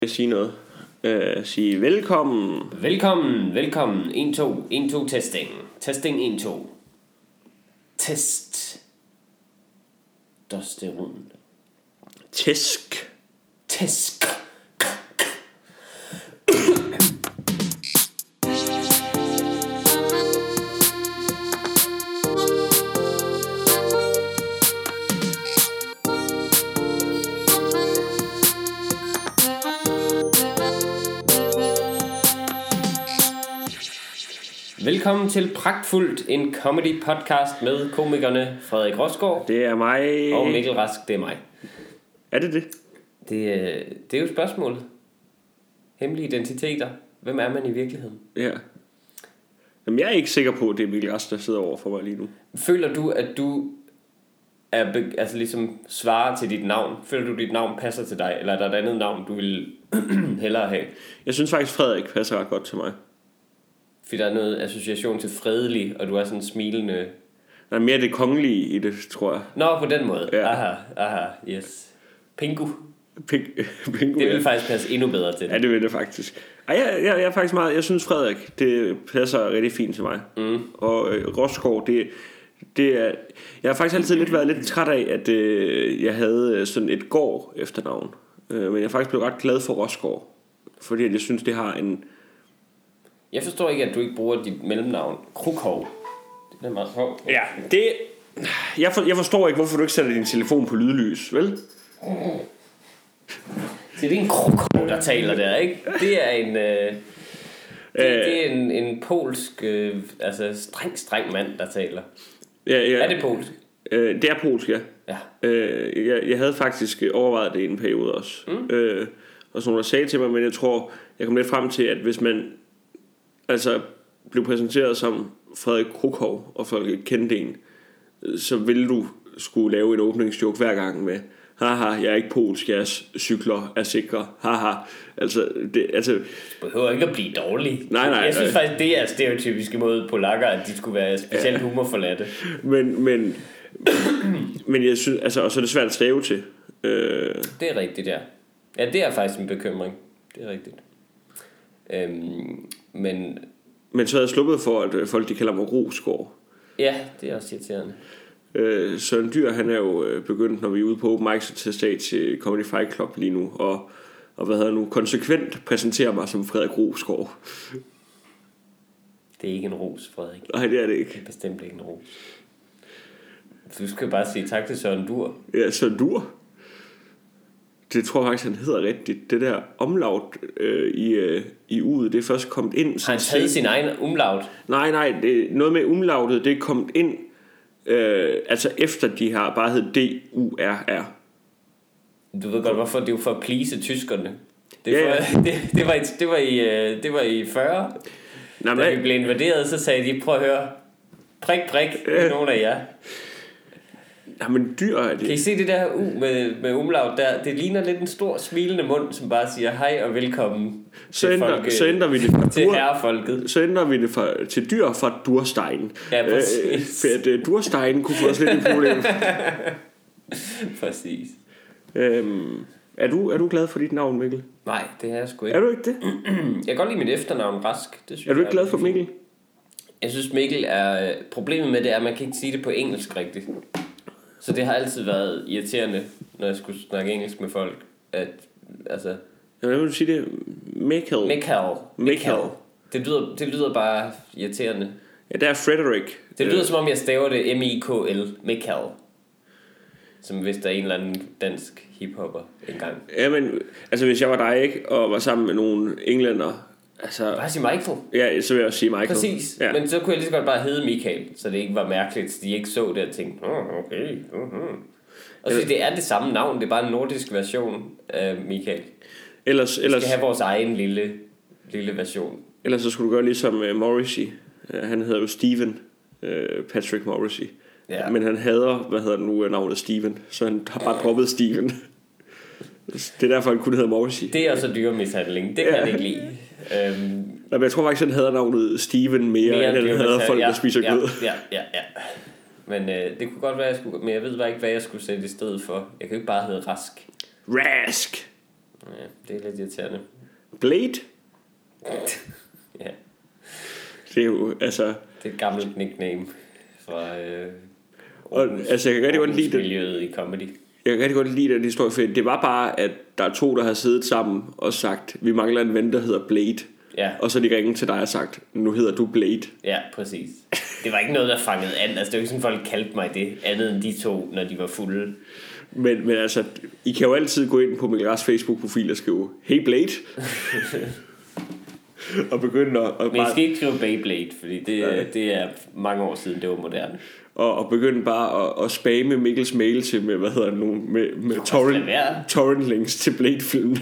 Sige noget. Sige velkommen. Velkommen. 1, 2, 1, 2, testing. Testing 1, 2. Test. Dosteron. Tæsk. Velkommen til Pragtfuldt, en comedy podcast med komikerne Frederik Rosgaard. Det er mig. Og Mikkel Rask, det er mig. Er det det? Det er jo spørgsmålet. Hemmelige identiteter. Hvem er man i virkeligheden? Ja. Jamen, jeg er ikke sikker på, at det er Mikkel Rask, der sidder over for mig lige nu. Føler du, at du er ligesom svarer til dit navn? Føler du, at dit navn passer til dig? Eller er der et andet navn, du vil hellere have? Jeg synes faktisk, Frederik passer ret godt til mig. Fordi der er noget association til fredelig, og du er sådan smilende. Der er mere det kongelige i det, tror jeg. Nå, på den måde. Ja. Aha, yes. Pingu. Pingu, Det vil faktisk passe endnu bedre til det. Ja, det vil det faktisk. Jeg er faktisk meget. Jeg synes Frederik, det passer rigtig fint til mig. Og Rosgaard, det er. Jeg har faktisk altid været lidt træt af, at jeg havde sådan et gård efternavn. Men jeg er faktisk blevet ret glad for Rosgaard, fordi jeg synes det har en. Jeg forstår ikke, at du ikke bruger dit mellemnavn Krukhov. Det er meget sjovt. Ja, det. Jeg forstår ikke, hvorfor du ikke sætter din telefon på lydlys, vel? Det er en Krukhov, der taler der, ikke? Det er en. Det er en polsk, streng mand, der taler. Ja. Er det polsk? Det er polsk, ja. Jeg havde faktisk overvejet det i en periode også. Og sådan der sagde til mig, men jeg tror, jeg kom lidt frem til, at hvis man blev præsenteret som Frederik Krukhov, og folk ikke kendte en, så ville du skulle lave en åbningsjoke hver gang med haha, jeg er ikke polsk, jeres cykler er sikre, haha. Det behøver ikke at blive dårlig. Nej. Jeg synes faktisk, det er stereotypiske mod polakker, at de skulle være specielt humorforladte. Men jeg synes, og så er det svært at stave til. Det er rigtigt, ja. Ja, det er faktisk en bekymring. Det er rigtigt. Men så havde jeg sluppet for, at folk de kalder mig Rosgaard. Ja, det er også irriterende. Søren Dyr, han er jo begyndt, når vi er ude på open mics til stage til Comedy Fight Club lige nu, og konsekvent præsenterer mig som Frederik Rosgaard. Det er ikke en ros, Frederik. Nej, det er det ikke. Det er bestemt ikke en ros. Du skal bare sige tak til Søren Dyr. Ja, Søren Dyr. Det tror jeg faktisk, han hedder rigtigt. Det der omlaut i u'et, det er først kommet ind. Har han taget sin egen umlaut? Nej, noget med umlautet, det er kommet ind, efter de har bare hed D-U-R-R. Du ved godt, hvorfor det er jo for at please tyskerne. Det var i 40. Da vi blev invaderet, så sagde de, prøv at høre, prik, nogle af jer. Jamen dyr er det. Kan I se det der med umlaut der? Det ligner lidt en stor smilende mund, som bare siger hej og velkommen så ændrer vi det fra til herrefolket. Så ændrer vi det til dyr fra Durstein. Ja, præcis. For at Durstein kunne få os lidt et problem. Præcis. Er du glad for dit navn, Mikkel? Nej, det er jeg sgu ikke. Er du ikke det? Jeg kan godt lide mit efternavn, Rask. Det synes er du ikke glad for Mikkel? Jeg synes Mikkel er. Problemet med det er, at man kan ikke sige det på engelsk rigtigt. Så det har altid været irriterende, når jeg skulle snakke engelsk med folk, at Jeg vil sige det. Mikkel. Det lyder bare irriterende. Ja, der er Frederik. Det lyder som om jeg staver det M-I-K-L. Mikkel. Som hvis der er en eller anden dansk hiphopper engang. Ja, men hvis jeg var dig, ikke, og var sammen med nogle englænder. Bare sige Michael. Ja, så vil jeg også sige Michael. Præcis, ja. Men så kunne jeg lige så godt bare hedde Michael, så det ikke var mærkeligt, så de ikke så det og tænkte, okay. Og så det er det samme navn, det er bare en nordisk version af Michael. Vi skal have vores egen lille version. Ellers så skulle du gøre ligesom Morrissey. Han hedder jo Steven, Patrick Morrissey. Ja. Men han hader, navnet Steven, så han har bare droppet Steven. Det er derfor, han kun hedder Morrissey. Det er også dyremishandling, det kan han ikke lide. Men jeg tror faktisk, han hader navnet Steven mere end han hader folk, der spiser kød. Ja. Men det kunne godt være, jeg skulle. Men jeg ved bare ikke, hvad jeg skulle sætte i stedet for. Jeg kan jo ikke bare hedde Rask. Rask. Ja, det er lidt irriterende. Blade? Ja. Det er jo, altså... Det er et gammelt nickname fra og, altså, jeg kan rigtig godt lide miljøet i comedy. Jeg kan rigtig godt lide den historie, for det var bare, at der er to, der har siddet sammen og sagt, vi mangler en ven, der hedder Blade. Ja. Og så de ringet til dig og sagt, nu hedder du Blade. Ja, præcis. Det var ikke noget, der fangede an. Altså, det var ikke sådan, folk kaldte mig det, andet end de to, når de var fulde. Men altså, I kan jo altid gå ind på Mikkel Rask Facebook-profil og skrive, hey Blade. Og begynde at men I skal ikke skrive Beyblade, fordi det er mange år siden, det var moderne. Og begynde bare at spamme Mikkels mail til med, hvad hedder det nu, med torrent links til Blade-filmen.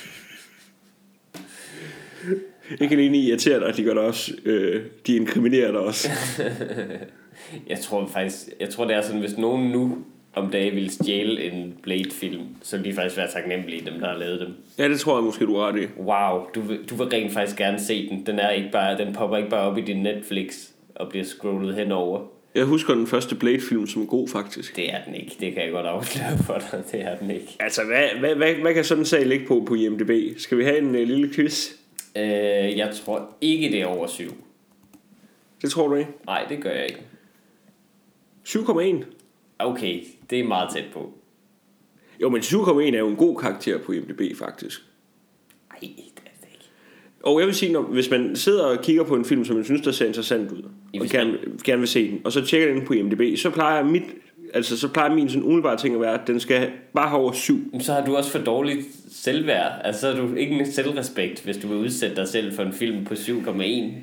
Ikke alene irriterer dig, de gør det også, de inkriminerer dig også. Jeg tror det er sådan, hvis nogen nu om dagen ville stjæle en Blade-film, så ville de faktisk være taknemmelige, dem der har lavet dem. Ja, det tror jeg måske, du har ret i. Wow, du vil rent faktisk gerne se den. Den popper ikke bare op i din Netflix og bliver scrollet henover. Jeg husker den første Blade-film som god, faktisk. Det er den ikke, det kan jeg godt afsløre for dig. Det er den ikke. Altså, hvad kan sådan en sag ligge på IMDb? Skal vi have en lille quiz? Jeg tror ikke, det er over 7. Det tror du ikke? Nej, det gør jeg ikke. 7,1. Okay, det er meget tæt på. Jo, men 7,1 er jo en god karakter på IMDb, faktisk. Nej, det er det ikke. Og jeg vil sige, hvis man sidder og kigger på en film, som man synes, der ser interessant ud, og gerne vil se den, og så tjekker den på IMDb, så plejer min sådan umiddelbare ting at være, at den skal bare have over 7. Så har du også for dårligt selvværd. Altså, så har du ikke en selvrespekt, hvis du vil udsætte dig selv for en film på 7,1.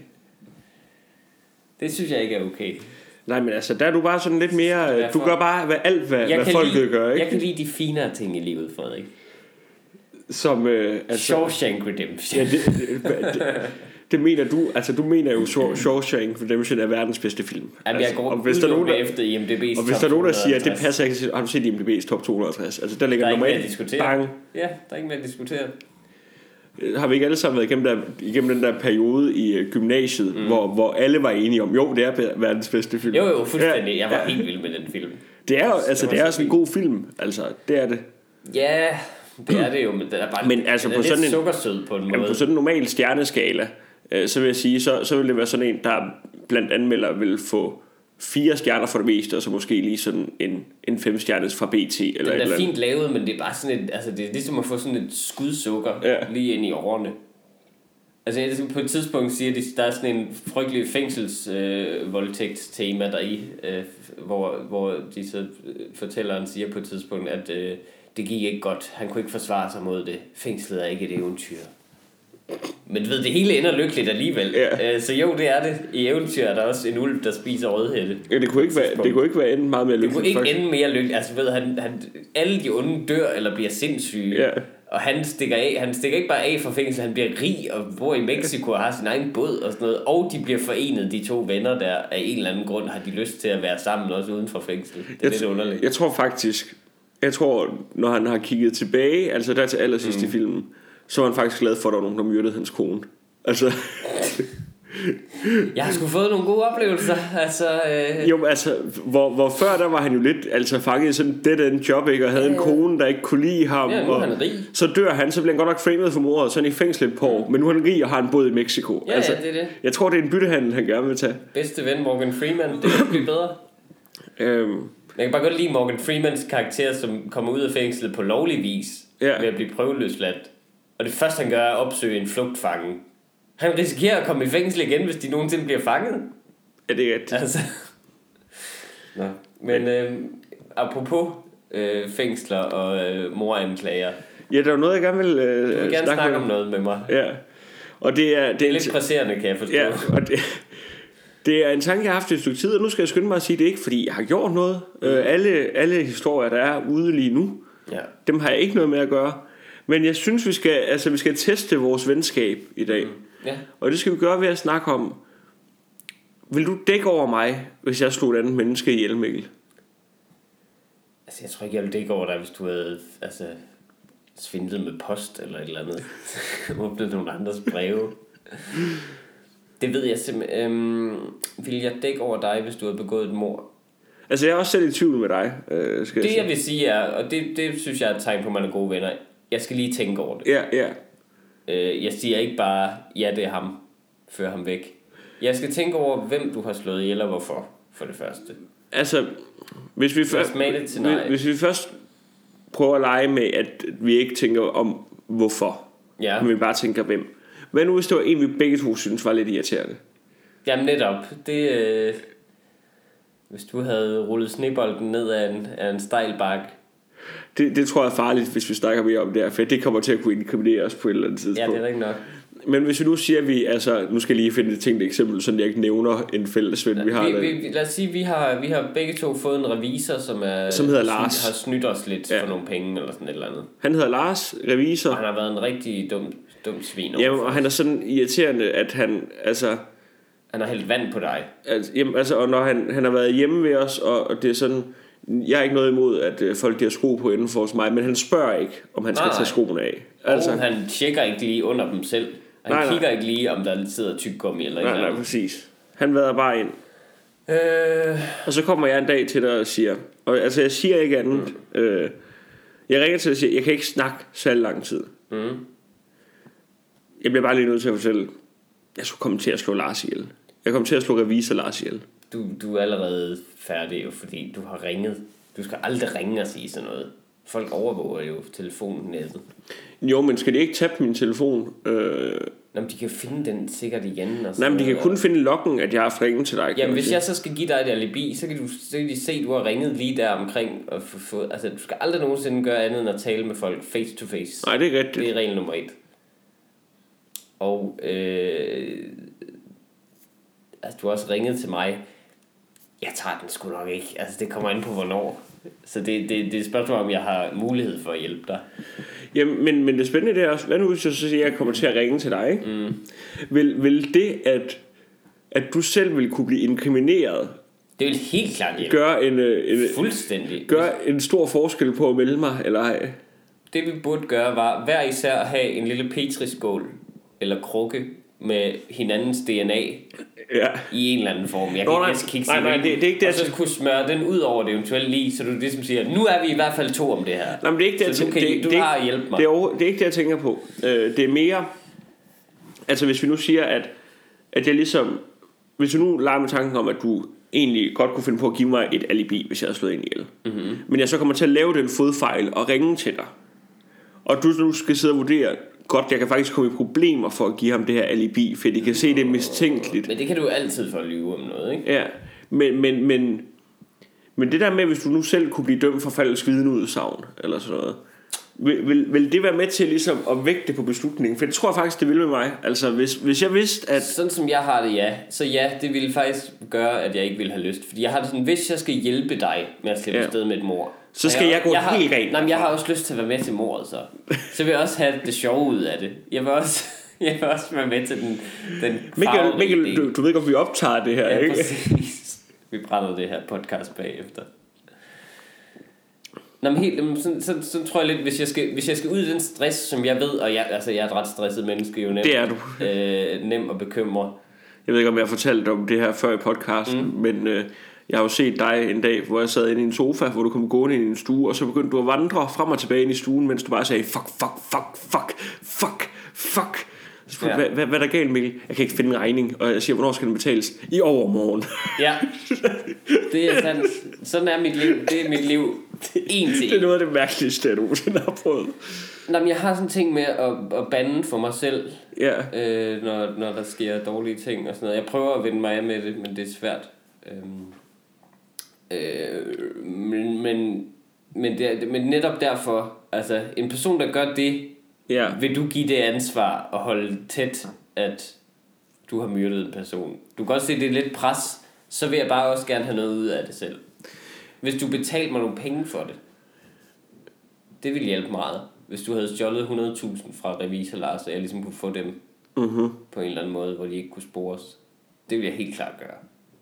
Det synes jeg ikke er okay. Nej, men altså, der er du bare sådan lidt mere... Du gør bare hvad folket gør, ikke? Jeg kan lide de finere ting i livet, Frederik. Som... Shawshank Redemption. Ja, det mener du... Altså, du mener jo, Shawshank Redemption er verdens bedste film. Jamen, jeg går udelukkende efter IMDb's top. Og hvis der er nogen, der siger, at det passer ikke... Har du set IMDb's top 250? Altså, der ligger nummer 1. Bang. Ja, der er ikke mere at diskutere. Har vi ikke alle sammen været igennem den der periode i gymnasiet, hvor alle var enige om, jo, det er verdens bedste film. Jo, fuldstændig. Ja, jeg var helt vild med den film. Det er jo, altså, det er også en god film. Altså, det er det. Ja, det er det jo, men den er bare altså, på sådan lidt sukkersød på en måde. På sådan en normal stjerneskala, så vil jeg sige, så vil det være sådan en, der blandt anmelder vil få 4 stjerner for det meste, og så måske lige sådan en 5 stjernes fra BT. Eller den er fint lavet, men det er bare sådan et, altså det er ligesom at få sådan et skudsukker lige ind i årene. Altså på et tidspunkt siger de, der er sådan en frygtelig fængselsvoldtægtstema deri, hvor de så fortælleren siger på et tidspunkt, at det gik ikke godt. Han kunne ikke forsvare sig mod det. Fængslet er ikke et eventyr. Men du ved, det hele ender lykkeligt alligevel. Ja. Så jo, det er det. I eventyr er der også en ulv, der spiser rødhætte. Ja, det kunne ikke være ende meget mere lykkeligt. Det kunne ikke ende mere lykkeligt. Altså ved alle de onde dør eller bliver sindssyge. Ja. Og han stikker ikke bare af fra fængsel, han bliver rig og bor i Mexico og har sin egen båd og sådan noget. Og de bliver forenet, de to venner der. Af en eller anden grund har de lyst til at være sammen også uden for fængsel. Det er lidt underligt. Jeg tror, når han har kigget tilbage, altså der til allersidst i filmen, så var han faktisk glad for, at der var nogen, der myrdede hans kone. Altså... Jeg har sgu fået nogle gode oplevelser. Jo, altså, hvor før der var han jo lidt fanget i sådan dead-end job, ikke? Og havde en kone, der ikke kunne lide ham. Ja, nu er han rig. Så dør han, så bliver han godt nok framed for mordet, så er han i fængsel et par år. Men nu er han rig og har en båd i Mexico. Ja, det er det. Jeg tror, det er en byttehandel, han gerne vil tage. Bedste ven, Morgan Freeman. Det kan blive bedre. Jeg kan bare godt lide Morgan Freemans karakter, som kommer ud af fængslet på lovlig vis, ved at blive prøveløsladt. Og det første han gør er at opsøge en flugtfange. Han risikerer at komme i fængsel igen, hvis de nogensinde bliver fanget. Ja, det er rigtigt. Altså. Nå. Men apropos fængsler og moranklager. Ja, der er noget, jeg gerne vil du vil gerne snakke om noget med mig. Ja. Og det er lidt presserende, kan jeg forstå. Ja, og det er en tanke, jeg har haft et stykke tid, og nu skal jeg skynde mig at sige det ikke, fordi jeg har gjort noget. Alle historier, der er ude lige nu, dem har jeg ikke noget med at gøre. Men jeg synes, vi skal teste vores venskab i dag. Ja. Og det skal vi gøre ved at snakke om, vil du dække over mig, hvis jeg slog et andet menneske ihjel, Mikkel? Altså, jeg tror ikke, jeg ville dække over dig, hvis du havde svindlet med post eller et eller andet. Åbnet nogle andres breve. Det ved jeg simpelthen. Vil jeg dække over dig, hvis du havde begået et mord? Altså, jeg er også selv i tvivl med dig. Jeg vil sige er, og det synes jeg er et tegn på, at man er gode venner. Jeg skal lige tænke over det. Ja. Jeg siger ikke bare, ja, det er ham. Før ham væk. Jeg skal tænke over, hvem du har slået ihjel, og hvorfor, for det første. Altså, hvis vi først prøver at lege med, at vi ikke tænker om hvorfor, men vi bare tænker hvem. Hvad nu, hvis det var en, vi begge to synes var lidt irriterende? Jamen netop. Hvis du havde rullet snebolden ned af en stejl bakke. Det tror jeg er farligt, hvis vi snakker mere om det, for det kommer til at kunne inkriminere os på et eller andet tidspunkt. Ja, det er rigtigt nok. Men hvis vi nu siger, at vi, altså, nu skal jeg lige finde et tænkt eksempel, så jeg ikke nævner en fælles ven, vi har. Lad os sige, vi har begge to fået en revisor, som hedder Lars. Har snydt os lidt for nogle penge, eller sådan et eller andet. Han hedder Lars, revisor. Og han har været en rigtig dum svin. Jamen, og han er sådan irriterende, at han, altså... Han har hældt vand på dig. Altså, og når han har været hjemme ved os, og det er sådan... Jeg har ikke noget imod, at folk har sko på inden for hos mig, men han spørger ikke, om han skal tage skoene af. Altså, og han tjekker ikke lige under dem selv. Han kigger ikke lige, om der sidder tyggegummi eller noget. Nej, præcis. Han vader bare ind. Og så kommer jeg en dag til dig og siger... Og altså, jeg siger ikke andet. Jeg ringer til dig og siger, jeg kan ikke snakke så lang tid. Jeg bliver bare lige nødt til at fortælle, jeg skulle komme til at slå Lars ihjel. Jeg kommer til at slå revisor Lars ihjel. Du er allerede færdig, jo, fordi du har ringet. Du skal aldrig ringe og sige sådan noget. Folk overvåger jo telefonnettet. Jo, men skal de ikke tabe min telefon? Jamen, de kan finde den sikkert igen. Nej, men de kan kun finde loggen, at jeg har ringet til dig. Jamen, hvis jeg så skal give dig et alibi, så kan de se, at du har ringet lige der omkring. Altså, du skal aldrig nogensinde gøre andet end at tale med folk face to face. Nej, det er rigtigt. Det er regel nummer 1. Og altså, du har også ringet til mig. Jeg tager den sgu nok ikke. Altså, det kommer an på, hvornår. Så det er et spørgsmål, om jeg har mulighed for at hjælpe dig. Jamen, men det spændende det er også, hvad nu hvis jeg så siger, at jeg kommer til at ringe til dig, ikke? Vil det, at du selv vil kunne blive inkrimineret, det vil helt klart hjælpe. Fuldstændig. Gør en stor forskel på at melde mig, eller ej? Det vi burde gøre var hver især have en lille petriskål eller krukke med hinandens DNA i en eller anden form. Jeg kan ikke kigge sig nej, det er ikke det. Og så kunne smøre den ud over det eventuelt lige, så du ligesom siger, nu er vi i hvert fald 2 om det her. Nej, men det er ikke det, så du har hjælpe mig. Det er ikke det, jeg tænker på. Det er mere, altså hvis vi nu siger, at jeg ligesom, hvis du nu leger med tanken om, at du egentlig godt kunne finde på at give mig et alibi, hvis jeg havde slået ind ihjel. Men jeg så kommer til at lave den fodfejl og ringe til dig. Og du nu skal sidde og vurdere, godt, jeg kan faktisk komme i problemer for at give ham det her alibi, for de kan se, det er mistænkeligt. Men det kan du jo altid for at lyve om noget, ikke? Ja, men det der med, hvis du nu selv kunne blive dømt for falsk vidneudsagn, eller sådan noget, vil det være med til ligesom at vægte på beslutningen? For det tror jeg faktisk, det vil med mig. Altså, hvis jeg vidste, at... Sådan som jeg har det, ja. Så ja, det ville faktisk gøre, at jeg ikke ville have lyst. Fordi jeg har det sådan, hvis jeg skal hjælpe dig med at slippe afsted med et mord, så skal jeg gå helt rent. Nej, men jeg har også lyst til at være med til mordet, så. Så vil jeg også have det sjove ud af det. Jeg vil også være med til den Mikkel, du ved godt, vi optager det her, ikke? Præcis. Vi brænder det her podcast bagefter. Nå, men helt, så tror jeg lidt, hvis jeg skal ud i den stress, som jeg ved, og jeg er et ret stresset menneske, jo nemt. Det er du. Nem at bekymre. Jeg ved ikke, om jeg har fortalt om det her før i podcasten, men jeg har jo set dig en dag, hvor jeg sad inde i en sofa, hvor du kom gående ind i en stue, og så begyndte du at vandre frem og tilbage ind i stuen, mens du bare sagde, fuck. Hvad er der galt, Mikkel? Jeg kan ikke finde en regning, og jeg siger, hvornår skal den betales? I overmorgen. Ja, det er sandt. Sådan er mit liv. Det er mit liv. En til en. Det er noget af det mærkeligste, jeg nogensinde har prøvet. Nå, men jeg har sådan en ting med at bande for mig selv, når der sker dårlige ting og sådan noget. Jeg prøver at vende mig af med det, men det er svært. Men netop derfor, altså en person, der gør det, vil du give det ansvar og holde tæt, at du har myrdet en person. Du kan også se, at det er lidt pres, så vil jeg bare også gerne have noget ud af det selv. Hvis du betalte mig nogle penge for det ville hjælpe meget. Hvis du havde stjålet 100.000 fra revisor Lars, så jeg ligesom kunne få dem på en eller anden måde, hvor de ikke kunne spores. Det vil jeg helt klart gøre.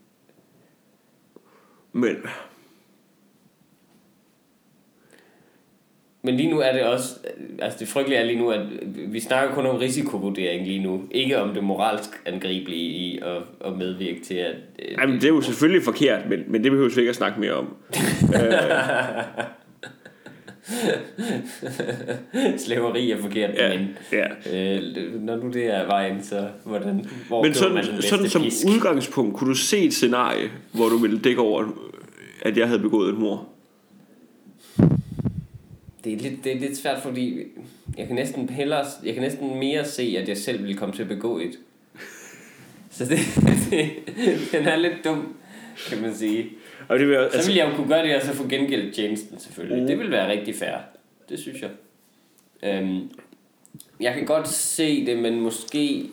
Men lige nu er det også, altså det frygtelige er lige nu, at vi snakker kun om risikovurdering lige nu, ikke om det moralsk angribelige i at medvirke til at... Jamen det er jo selvfølgelig forkert, men det behøver vi ikke at snakke mere om. Slaveri er forkert, men når nu det er vejen, så hvor men sådan som pisk? Udgangspunkt, kunne du se et scenarie, hvor du ville dække over, at jeg havde begået et mord? Det er lidt svært, fordi jeg kan næsten mere se, at jeg selv ville komme til at begå et. Så den er lidt dum, kan man sige. Og det vil, så vil jeg jo kunne gøre det, og så få gengældt tjenesten selvfølgelig. Det vil være rigtig fair. Det synes jeg. Jeg kan godt se det, men måske...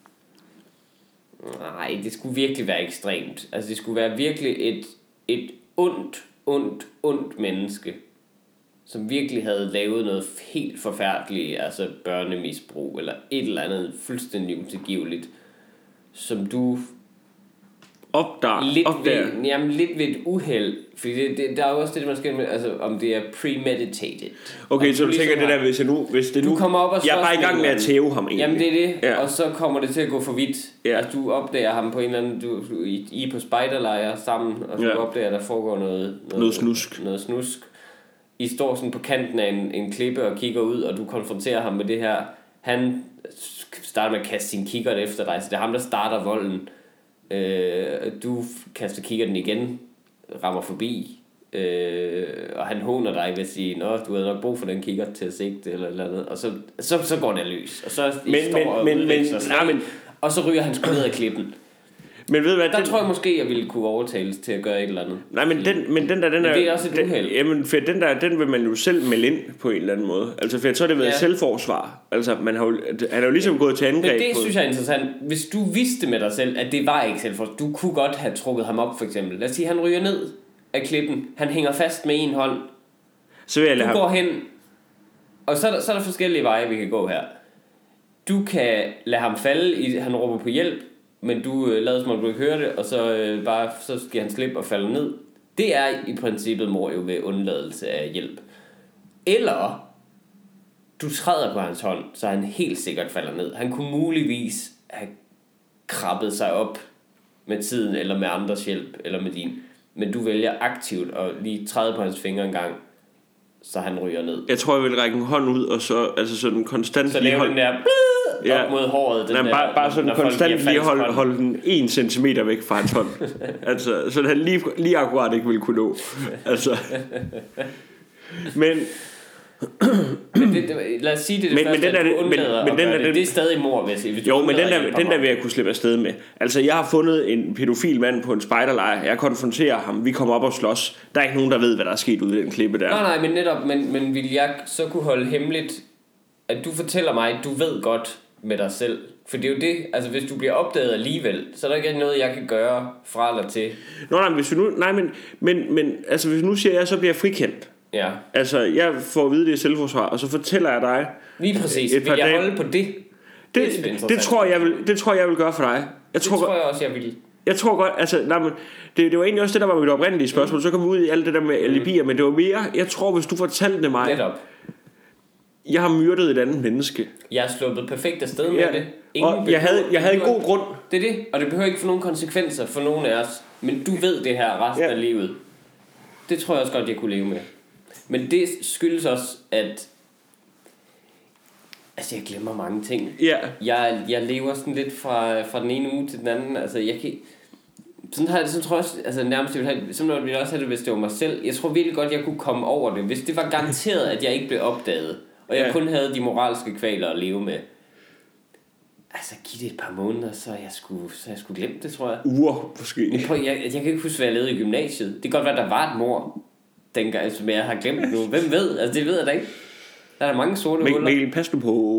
Nej, det skulle virkelig være ekstremt. Altså det skulle være virkelig et ondt menneske, som virkelig havde lavet noget helt forfærdeligt, altså børnemisbrug, eller et eller andet fuldstændig utilgiveligt, som du opdager. Lidt ved et uheld, fordi der er jo også det, man skal, altså om det er premeditated. Okay, så du tænker det der, hvis det nu kommer op og jeg er bare i gang med at tæve ham egentlig. Jamen det er det, ja. Og så kommer det til at gå for vidt. Ja. Altså du opdager ham på en eller anden, I er på spejderlejr sammen, og så opdager, at der foregår noget snusk. I står sådan på kanten af en klippe og kigger ud, og du konfronterer ham med det her. Han starter med at kaste sin kikkert efter dig, så det er ham, der starter volden. Du kaster kikkerten igen, rammer forbi, og han håner dig ved at sige, nå, du havde nok brug for den kikkert til at sigte eller andet, og så går det løs, og så og så ryger han sgu ned af klippen. Men ved du hvad, der tror jeg måske, jeg ville kunne overtales til at gøre et eller andet. Nej, men den er også et uheld. Jamen, for den vil man jo selv melde ind på en eller anden måde. Altså, for jeg tror, det har været selvforsvar. Altså, han har jo ligesom gået til angreb. Men det synes jeg er interessant. Hvis du vidste med dig selv, at det var ikke selvforsvar, du kunne godt have trukket ham op, for eksempel. Lad os sige, han ryger ned af klippen. Han hænger fast med en hånd. Så vil jeg går hen, og så er der forskellige veje, vi kan gå her. Du kan lade ham falde, han råber på hjælp, men du lader som om du ikke hører det, og så skal han slippe og falde ned. Det er i princippet mord jo ved undladelse af hjælp. Eller du træder på hans hånd, så han helt sikkert falder ned. Han kunne muligvis have krabbet sig op med tiden, eller med andres hjælp, eller med din. Men du vælger aktivt at lige træde på hans fingre en gang, så han ryger ned. Jeg tror, jeg vil række en hånd ud, og så altså sådan konstant så lave den der op mod håret. Den bare sådan konstant lige holde den 1 centimeter væk fra hans hånd. Altså, så han lige akkurat ikke ville kunne nå. Altså. Men lad os sige det første, at du undlader at gøre det. Det er stadig mord, hvis jo, men den der vil jeg kunne slippe afsted med. Altså, jeg har fundet en pædofil mand på en spejderlejr. Jeg konfronterer ham. Vi kommer op og slås. Der er ikke nogen, der ved, hvad der er sket ude i den klippe der. Nej, men netop. Men vil jeg så kunne holde hemmeligt, at du fortæller mig, at du ved godt med dig selv? For det er jo det. Altså, hvis du bliver opdaget alligevel, så er der ikke noget, jeg kan gøre fra eller til. Men altså, hvis nu siger jeg, så bliver jeg frikendt. Ja. Altså, jeg får at vide, det er selvforsvar, og så fortæller jeg dig. Lige præcis. Vil jeg holde på det? Det tror jeg vil gøre for dig. Det tror jeg også, jeg vil. Jeg tror godt, altså, det var egentlig også det, der var mit oprindelige spørgsmål. Så kom vi ud i alt det der med alibier, men det var mere, jeg tror, hvis du fortalte mig, netop, jeg har myrdet et andet menneske. Jeg er sluppet perfekt afsted med det. Og jeg havde en god grund. Det er det, og det behøver ikke få nogen konsekvenser for nogen af os. Men du ved det her resten af livet. Det tror jeg også godt, jeg kunne leve med. Men det skyldes også, at altså, jeg glemmer mange ting. Jeg lever sådan lidt fra den ene uge til den anden. Altså, jeg kan... Sådan tror jeg også, altså nærmest, sådan ville jeg også have det, hvis det var mig selv. Jeg tror virkelig godt, jeg kunne komme over det, hvis det var garanteret, at jeg ikke blev opdaget, og jeg kun havde de moralske kvaler at leve med. Altså, giv det et par måneder, så jeg skulle glemme det, tror jeg. Uger, måske. Jeg kan ikke huske, hvad jeg lavede i gymnasiet. Det kan godt være, der var et mord dengang, som jeg har glemt nu. Hvem ved? Altså, det ved jeg da ikke. Der er der mange sorte huller. Mikkel, pas nu på.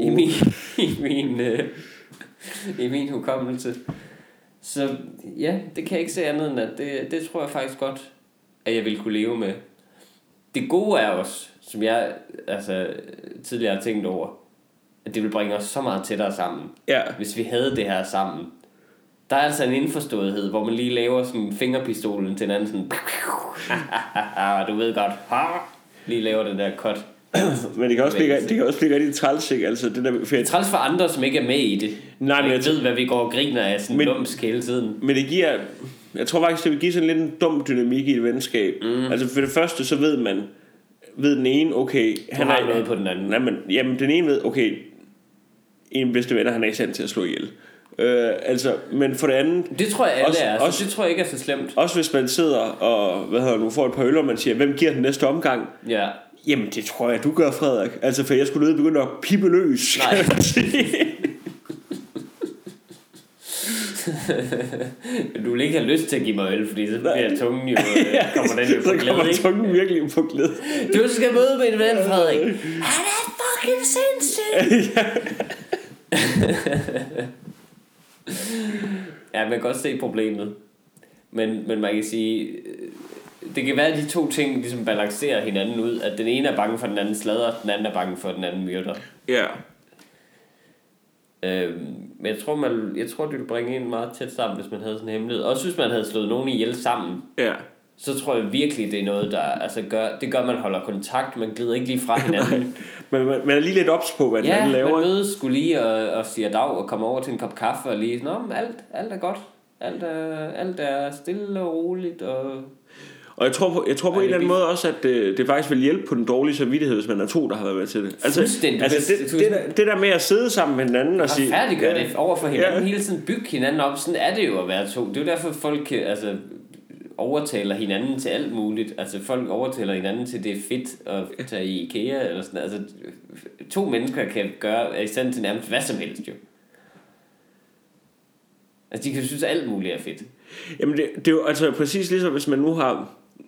I min hukommelse. Så ja, det kan jeg ikke se andet end, at det tror jeg faktisk godt, at jeg ville kunne leve med. Det gode er også, som jeg altså tidligere har tænkt over, at det vil bringe os så meget tættere sammen, hvis vi havde det her sammen. Der er altså en indforståethed, hvor man lige laver sådan fingerpistolen til en anden sådan, du ved godt, lige laver den der cut. Men det kan også blive rigtig træls, ikke? Altså, det der træls for andre, som ikke er med i det. Nej, men jeg ved, hvad vi går og griner af sådan lumsk hele tiden. Men det giver, jeg tror faktisk, det vil give sådan lidt en dum dynamik i et venskab. Altså for det første, så ved man, ved den ene, okay, han har noget på den anden. Jamen, den ene ved, okay, en bedste venner, han er i stand til at slå ihjel. Altså, men for det andet... Det tror jeg alle er, så det tror jeg ikke er så slemt. Også hvis man sidder og, får et par øl, og man siger, hvem giver den næste omgang? Ja. Jamen, det tror jeg, du gør, Frederik. Altså, for jeg skulle nødt begynde at pippe løs. Nej. Du vil ikke have lyst til at give mig øl, fordi så bliver tungen jo, kommer den jo på glæde, så kommer tungen virkelig på glæde. Du skal møde med en ven, Frederik. Han er fucking sindssyg. Ja, man kan godt se problemet. Men man kan sige, det kan være, at de to ting ligesom balancerer hinanden ud. At den ene er bange for den anden sladder, den anden er bange for den anden myrder. Ja. Men jeg tror, det ville bringe en meget tæt sammen, hvis man havde sådan en hemmelighed. Også hvis man havde slået nogen ihjel sammen. Ja. Så tror jeg virkelig, det er noget, der altså gør, at man holder kontakt. Man glider ikke lige fra hinanden. Men man er lige lidt ops på, hvad den anden laver. Ja, man mødes skulle lige og siger dag og kommer over til en kop kaffe og lige, alt er godt. Alt er stille og roligt. Og jeg tror på en eller anden måde også, at det faktisk vil hjælpe på den dårlige samvittighed, hvis man er to, der har været med til det. Altså det der med at sidde sammen med hinanden og sige... Færdiggør det over for hinanden, hele tiden bygge hinanden op. Sådan er det jo at være to. Det er jo derfor, folk overtaler hinanden til alt muligt. Altså folk overtaler hinanden til, det er fedt at tage i IKEA eller sådan. Altså to mennesker kan gøre i stand til nærmest hvad som helst jo. Altså de kan synes alt muligt er fedt. Jamen det er jo altså præcis ligesom hvis man nu har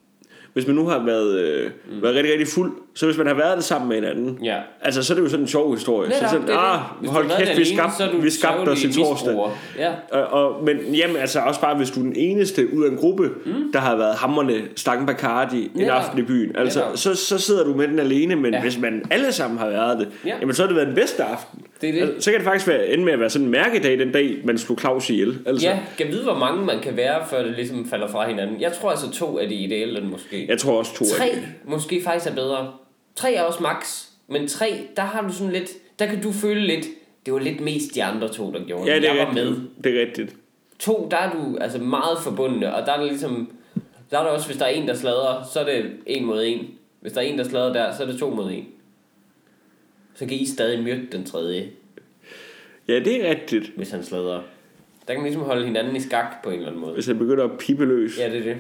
været rigtig, rigtig fuld, så hvis man har været det sammen med hinanden, altså så er det jo sådan en sjov historie. Så sådan, hold kæft, vi skabte os i torsdag. Ja. Men jamen altså også bare, hvis du er den eneste ud af en gruppe, der har været hamrende stangen Bacardi en aften i byen, altså så sidder du med den alene, men hvis man alle sammen har været det, jamen så har det været den bedste aften. Det. Altså, så kan det faktisk ende med at være sådan en mærkedag den dag, man slog Claus ihjel. Altså. Ja, kan vide, hvor mange man kan være, før det ligesom falder fra hinanden. Jeg tror altså 2 er det ideelle, måske. Jeg tror også 2 3 måske faktisk er bedre. 3 er også max, men 3, der har du sådan lidt, der kan du føle lidt, det var lidt mest de andre 2, der gjorde det. Ja, jeg var med. Det er rigtigt. 2, der er du altså meget forbundne, og der er det ligesom, der er der også, hvis der er en, der sladrer, så er det 1 mod 1. Hvis der er en, der sladrer der, så er det 2 mod 1. Så kan I stadig myrde den tredje. Ja, det er rigtigt. Hvis han sladrer. Der kan man ligesom holde hinanden i skak på en eller anden måde. Hvis han begynder at pippe løs. Ja, det er det.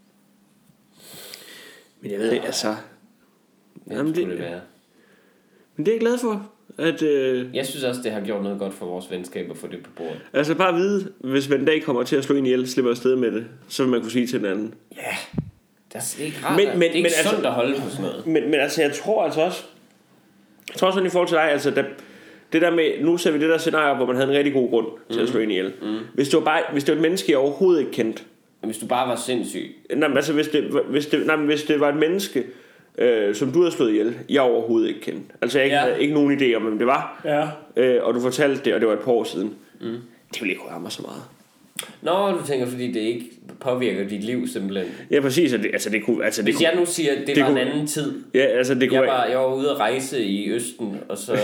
Men jeg ved ikke, altså... Jamen, det være. Men det er jeg glad for. At, jeg synes også, det har gjort noget godt for vores venskab at få det på bordet. Altså bare at vide, hvis man en dag kommer til at slå en ihjel, slipper afsted med det, så vil man kunne sige til den anden. Ja, det er ikke rart. Det er ikke sundt at holde på sådan noget. Men altså, jeg tror altså også... Jeg tror sådan i forhold til dig, altså... Det der med, nu ser vi det der scenarie, hvor man havde en rigtig god grund til at slå en ihjel. Hvis det var et menneske, jeg overhovedet ikke kendte. Hvis du bare var sindssyg. Nej, men altså hvis det var et menneske, som du havde slået ihjel, jeg overhovedet ikke kendte. Altså jeg havde ikke nogen idé om, hvem det var. Ja. Og du fortalte det, og det var et par år siden. Det ville ikke røre mig så meget. Nå, du tænker, fordi det ikke påvirker dit liv simpelthen. Ja, præcis. Hvis jeg nu siger, at det var en anden tid. Ja, altså det kunne jeg var ude at rejse i Østen, og så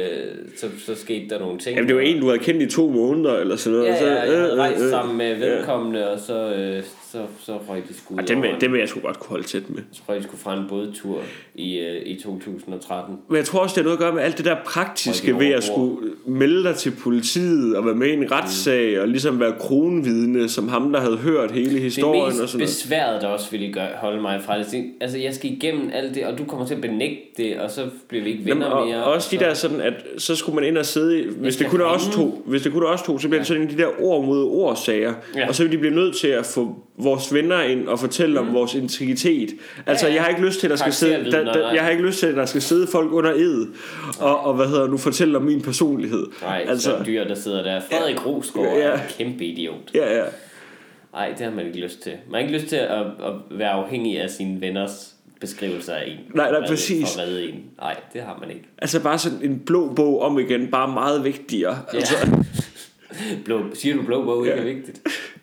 skete der nogle ting. Jamen, det var en, du havde kendt i 2 måneder, eller sådan noget. Ja, jeg havde rejst sammen med vedkommende, og så røg de sgu ud over. Det vil jeg sgu godt kunne holde tæt med. Så røg de sgu fra en bådtur i 2013. Men jeg tror også, det har noget at gøre med alt det der praktiske ved at skulle melde dig til politiet, og være med i en retssag, og ligesom være kronvidne, som ham, der havde hørt hele historien. Det og sådan mest besværet, der også ville holde mig fra det. Altså, jeg skal igennem alt det, og du kommer til at benægte det, og så bliver vi ikke venner mere. Og også de der sådan, at så skulle man ind og sidde hvis det kun er os to, så bliver det sådan de der ord mod ord sager, og så vil de blive nødt til at få vores venner ind og fortælle om vores integritet. Altså, jeg har ikke lyst til, at der skal sidde jeg har ikke lyst til, at der skal sidde folk under ed og nu fortælle om min personlighed. Nej, altså, så dyr, der sidder der. Frederik Rosgaard er en kæmpe idiot. Ja. Nej, det har man ikke lyst til. Man har ikke lyst til at være afhængig af sine venners beskrivelser af en. Nej, præcis. For at redde en. Nej, det har man ikke. Altså bare sådan en blå bog om igen, bare meget vigtigere. Ja. Altså. Siger du blå bog ikke er vigtigt?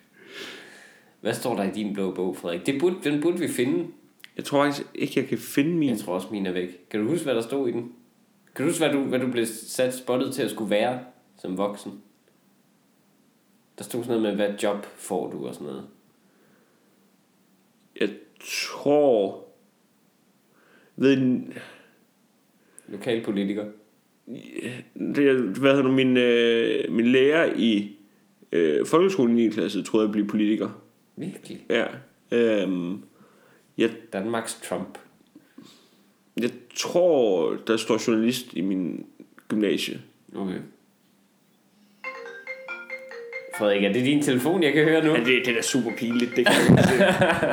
Hvad står der i din blå bog, Frederik? Den burde vi finde. Jeg tror faktisk ikke, jeg kan finde min. Jeg tror også, min er væk. Kan du huske, hvad der stod i den? Kan du huske, hvad du blev spottet til at skulle være som voksen? Der stod sådan noget med, hvad job får du og sådan noget. Jeg tror... Lokalpolitiker. Hvad hedder min lærer i folkeskolen i klasse troede jeg blive politiker. Virkelig? Ja. Danmarks Trump. Jeg tror der står journalist i min gymnasie. Okay. Frederik, er det din telefon, jeg kan høre nu? Ja, det er da super pinligt. Det kan jeg ikke.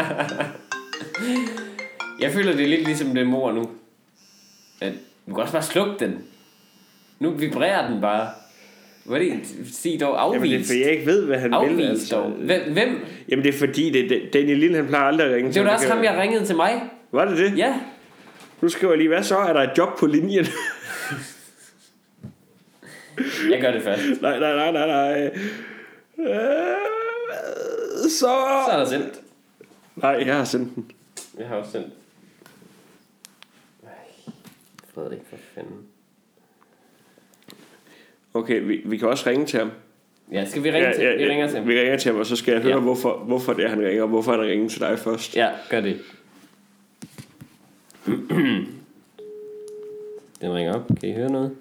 Jeg føler, det er lidt ligesom den mor nu. At du kan også bare slukke den. Nu vibrerer den bare. Hvad er det? Sig dog afvist. Jamen det er fordi jeg ikke ved hvad han afvist vil altså. Dog. Hvem? Jamen det er fordi Daniel Lille han plejer aldrig at ringe. Det var da også ham jeg ringede til mig. Var det det? Ja. Nu skriver jeg lige, hvad så? Er der et job på linjen? Jeg gør det først. Nej. Så er der sendt. Nej, jeg har sendt den. Jeg har også sendt. Frederik, for fanden. Okay, vi kan også ringe til ham. Ja, skal vi ringe til ham? Vi ringer til ham. Vi ringer til ham, og så skal jeg høre, hvorfor det er, han ringer, og hvorfor han ringer til dig først. Ja, gør det. Den ringer op. Kan I høre noget?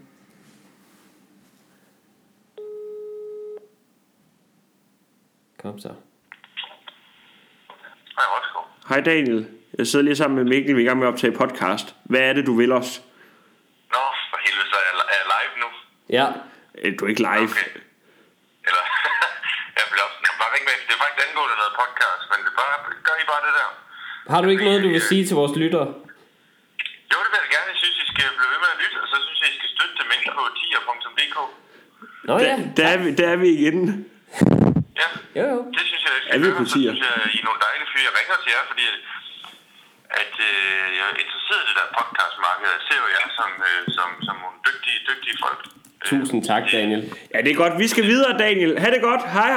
Kom så. Hej, Rosgaard. Hej Daniel. Jeg sidder lige sammen med Mikkel, vi er i gang med at optage podcast. Hvad er det, du vil os? Nå, for helvede, så er jeg live nu? Ja. Du er ikke live. Okay. Eller, jeg bliver også... Bare ring med, det er faktisk angående noget podcast, men det bare, gør I bare det der. Har du ikke noget, du vil sige til vores lyttere? Jo, det vil jeg gerne. Jeg synes, I skal blive ved med at lytte, og så synes jeg, I skal støtte det med på tier.dk. Nå ja. Der er vi igen. Ja, jo. Det synes jeg, I skal er vi gøre. på Så synes jeg, I er nogle dejlige fyre. Jeg ringer til jer, fordi at jeg er interesseret i det der podcastmarked. Jeg ser jo jer som nogle dygtige folk. Tusind tak, Daniel. Ja, det er godt. Vi skal videre, Daniel. Ha' det godt. Hej.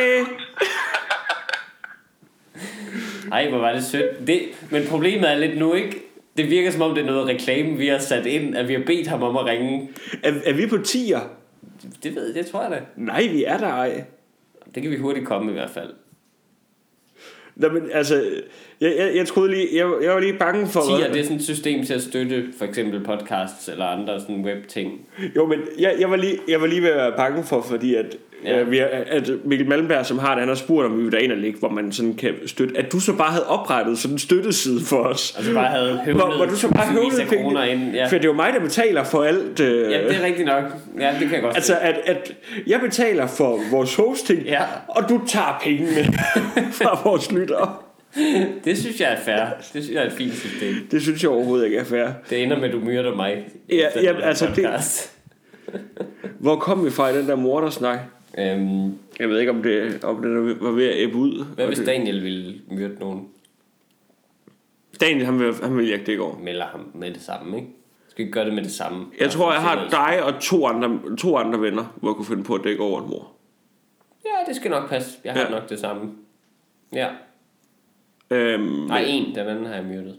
Ej, hvor var det sødt. Men problemet er lidt nu, ikke? Det virker som om, det er noget reklame, vi har sat ind, at vi har bedt ham om at ringe. Er vi på tier? Det tror jeg da. Nej, vi er der ej. Det kan vi hurtigt komme i hvert fald. Nå, men altså, jeg troede lige, jeg var lige bange for... Tier, det er sådan et system til at støtte for eksempel podcasts eller andre sådan webting. Jo, men jeg var lige ved at være bange for, fordi at, at Mikkel Malmberg, som har det, han har spurgt, om vi vil derind og ligge, hvor man sådan kan støtte, at du så bare havde oprettet sådan en støtteside for os. Altså bare havde høvlet du så bare høvlet kroner ind. Ja. For det er jo mig, der betaler for alt. Ja, det er rigtigt nok. Ja, det kan jeg godt altså, at jeg betaler for vores hosting, og du tager pengene fra vores lyttere. Det synes jeg er fair. Det synes jeg er et fint system. Det synes jeg overhovedet ikke er fair. Det ender med, at du myrder mig. Ja, altså det. Hvor kom vi fra i den der mordersnak? Jeg ved ikke, om det var ved at æbbe ud. Hvad hvis Daniel ville myrde nogen? Daniel, han vil jagte det i går. Melder ham med det samme, ikke? Skal vi gøre det med det samme? Jeg tror, jeg har dig og to andre venner, hvor jeg kunne finde på at dække over en mor. Ja, det skal nok passe. Jeg har nok det samme. Ja. Nej, den anden har jeg myrdet.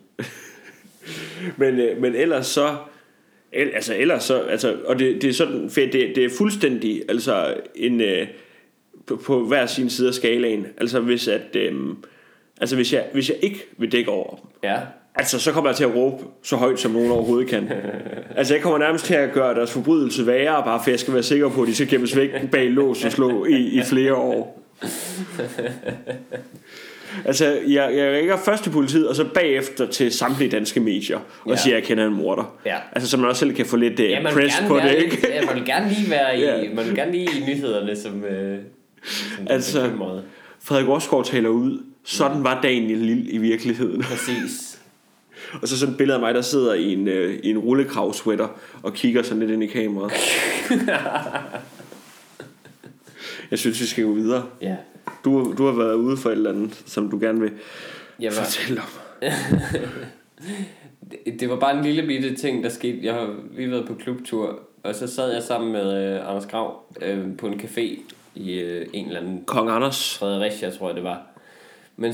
men ellers så... og det er sådan, for det er fuldstændig, altså på hver sin side af skalaen. Altså hvis jeg ikke vil dække over dem, altså så kommer jeg til at råbe så højt som nogen overhovedet kan. Altså jeg kommer nærmest til at gøre deres forbrydelse værre, bare for jeg skal være sikker på, at de skal gemmes væk bag lås og slå i flere år. Altså jeg ringer først til politiet, og så bagefter til samtlige danske medier og siger, at jeg kender en morder. Altså så man også selv kan få lidt press på det, ikke? Ja, man vil gerne lige være i, man vil gerne lige i nyhederne som altså Frederik Rosgaard taler ud. Sådan var Daniel Lille i virkeligheden. Præcis. Og så sådan et billede af mig, der sidder i en rullekravsweater og kigger sådan lidt ind i kameraet. Jeg synes vi skal gå videre. Ja. Du har været ude for et eller andet, som du gerne vil fortælle om. Det var bare en lille bitte ting, der skete. Jeg har lige været på klubtur, og så sad jeg sammen med Anders Grav på en café i en eller anden... Kong Anders. Fredericia, tror jeg det var. Men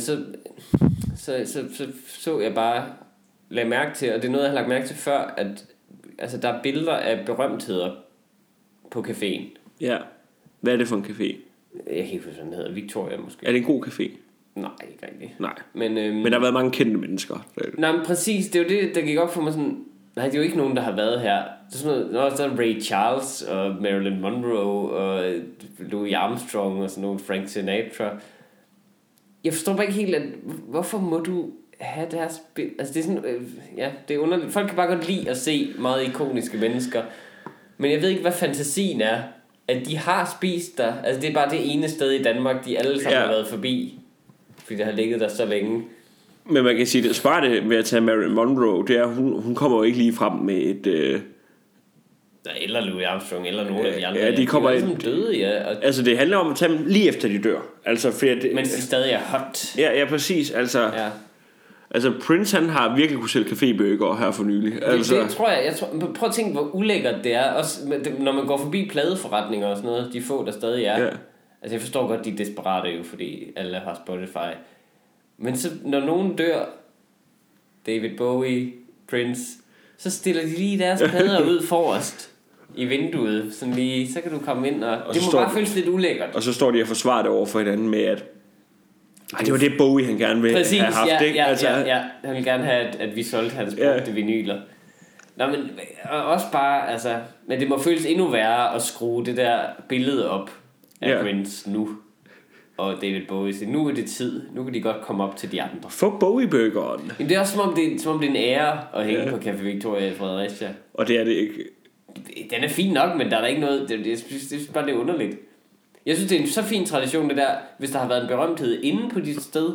så jeg bare lagde mærke til, og det er noget, jeg har lagt mærke til før, at altså, der er billeder af berømtheder på caféen. Ja. Hvad er det for en café? Jeg kan ikke huske, hvad den hedder. Victoria måske. Er det en god café? Nej, ikke rigtigt. Nej, men der har været mange kendte mennesker. Nej, men præcis, det er jo det, der gik op for mig sådan... Nej, det er jo ikke nogen, der har været her. Det er sådan noget, så er Ray Charles og Marilyn Monroe og Louis Armstrong og sådan nogle, Frank Sinatra. Jeg forstår bare ikke helt, at hvorfor må du have deres... Altså det er sådan... Ja, det er underligt. Folk kan bare godt lide at se meget ikoniske mennesker. Men jeg ved ikke, hvad fantasien er. At de har spist der. Altså det er bare det ene sted i Danmark, de alle sammen har været forbi. Fordi det har ligget der så længe. Men man kan sige, det smarte ved at tage Marilyn Monroe, det er, hun kommer jo ikke lige frem med et... Eller Louis Armstrong, eller nogle af de andre. Ja, de kommer ind. Døde, ja. Og... Altså, det handler om at tage dem lige efter de dør. Altså, mens de stadig er hot. Ja, præcis. Altså, ja. Altså, Prince, han har virkelig kunne sælge cafébøger her for nylig. Altså... Det tror jeg. Prøv at tænke, hvor ulækkert det er. Også når man går forbi pladeforretninger og sådan noget, de få, der stadig er. Ja. Altså, jeg forstår godt, de er desperate jo, fordi alle har Spotify. Men så, når nogen dør, David Bowie, Prince, så stiller de lige deres plader ud forrest i vinduet, sådan lige, så kan du komme ind, og det må bare føles lidt ulækkert. Og så står de og forsvarer det over for hinanden med, at det var det Bowie, han gerne ville have haft, ikke? Ja, han ville gerne have, at vi solgte hans brugte vinyler. Nå, men også bare, altså, men det må føles endnu værre at skrue det der billede op af Prince nu. Og David Bowie siger, nu er det tid. Nu kan de godt komme op til de andre. Få Bowie-burgeren. Men det er også som om det er en ære at hænge på Café Victoria i Fredericia. Og det er det ikke. Den er fin nok, men der er der ikke noget. Jeg synes bare, det er underligt. Jeg synes, det er en så fin tradition, det der. Hvis der har været en berømthed inde på dit sted,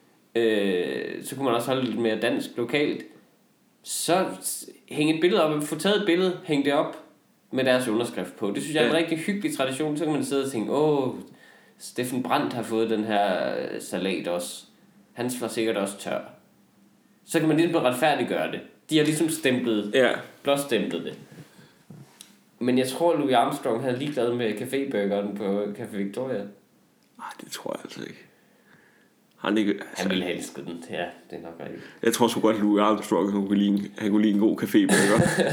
så kunne man også holde lidt mere dansk lokalt. Så hænge et billede op. Få taget et billede, hænge det op med deres underskrift på. Det synes jeg er en rigtig hyggelig tradition. Så kan man sidde og tænke, Steffen Brandt har fået den her salat også. Hans var sikkert også tør. Så kan man lidt retfærdiggøre det. De har ligesom blåstemplet det. Men jeg tror, Louis Armstrong havde ligeglad med cafébøgeren på Café Victoria. Nej, det tror jeg altså ikke. Han ville have elsket den. Ja, det er nok rigtigt. Jeg tror så godt, at Louis Armstrong han kunne lide en god cafébøger.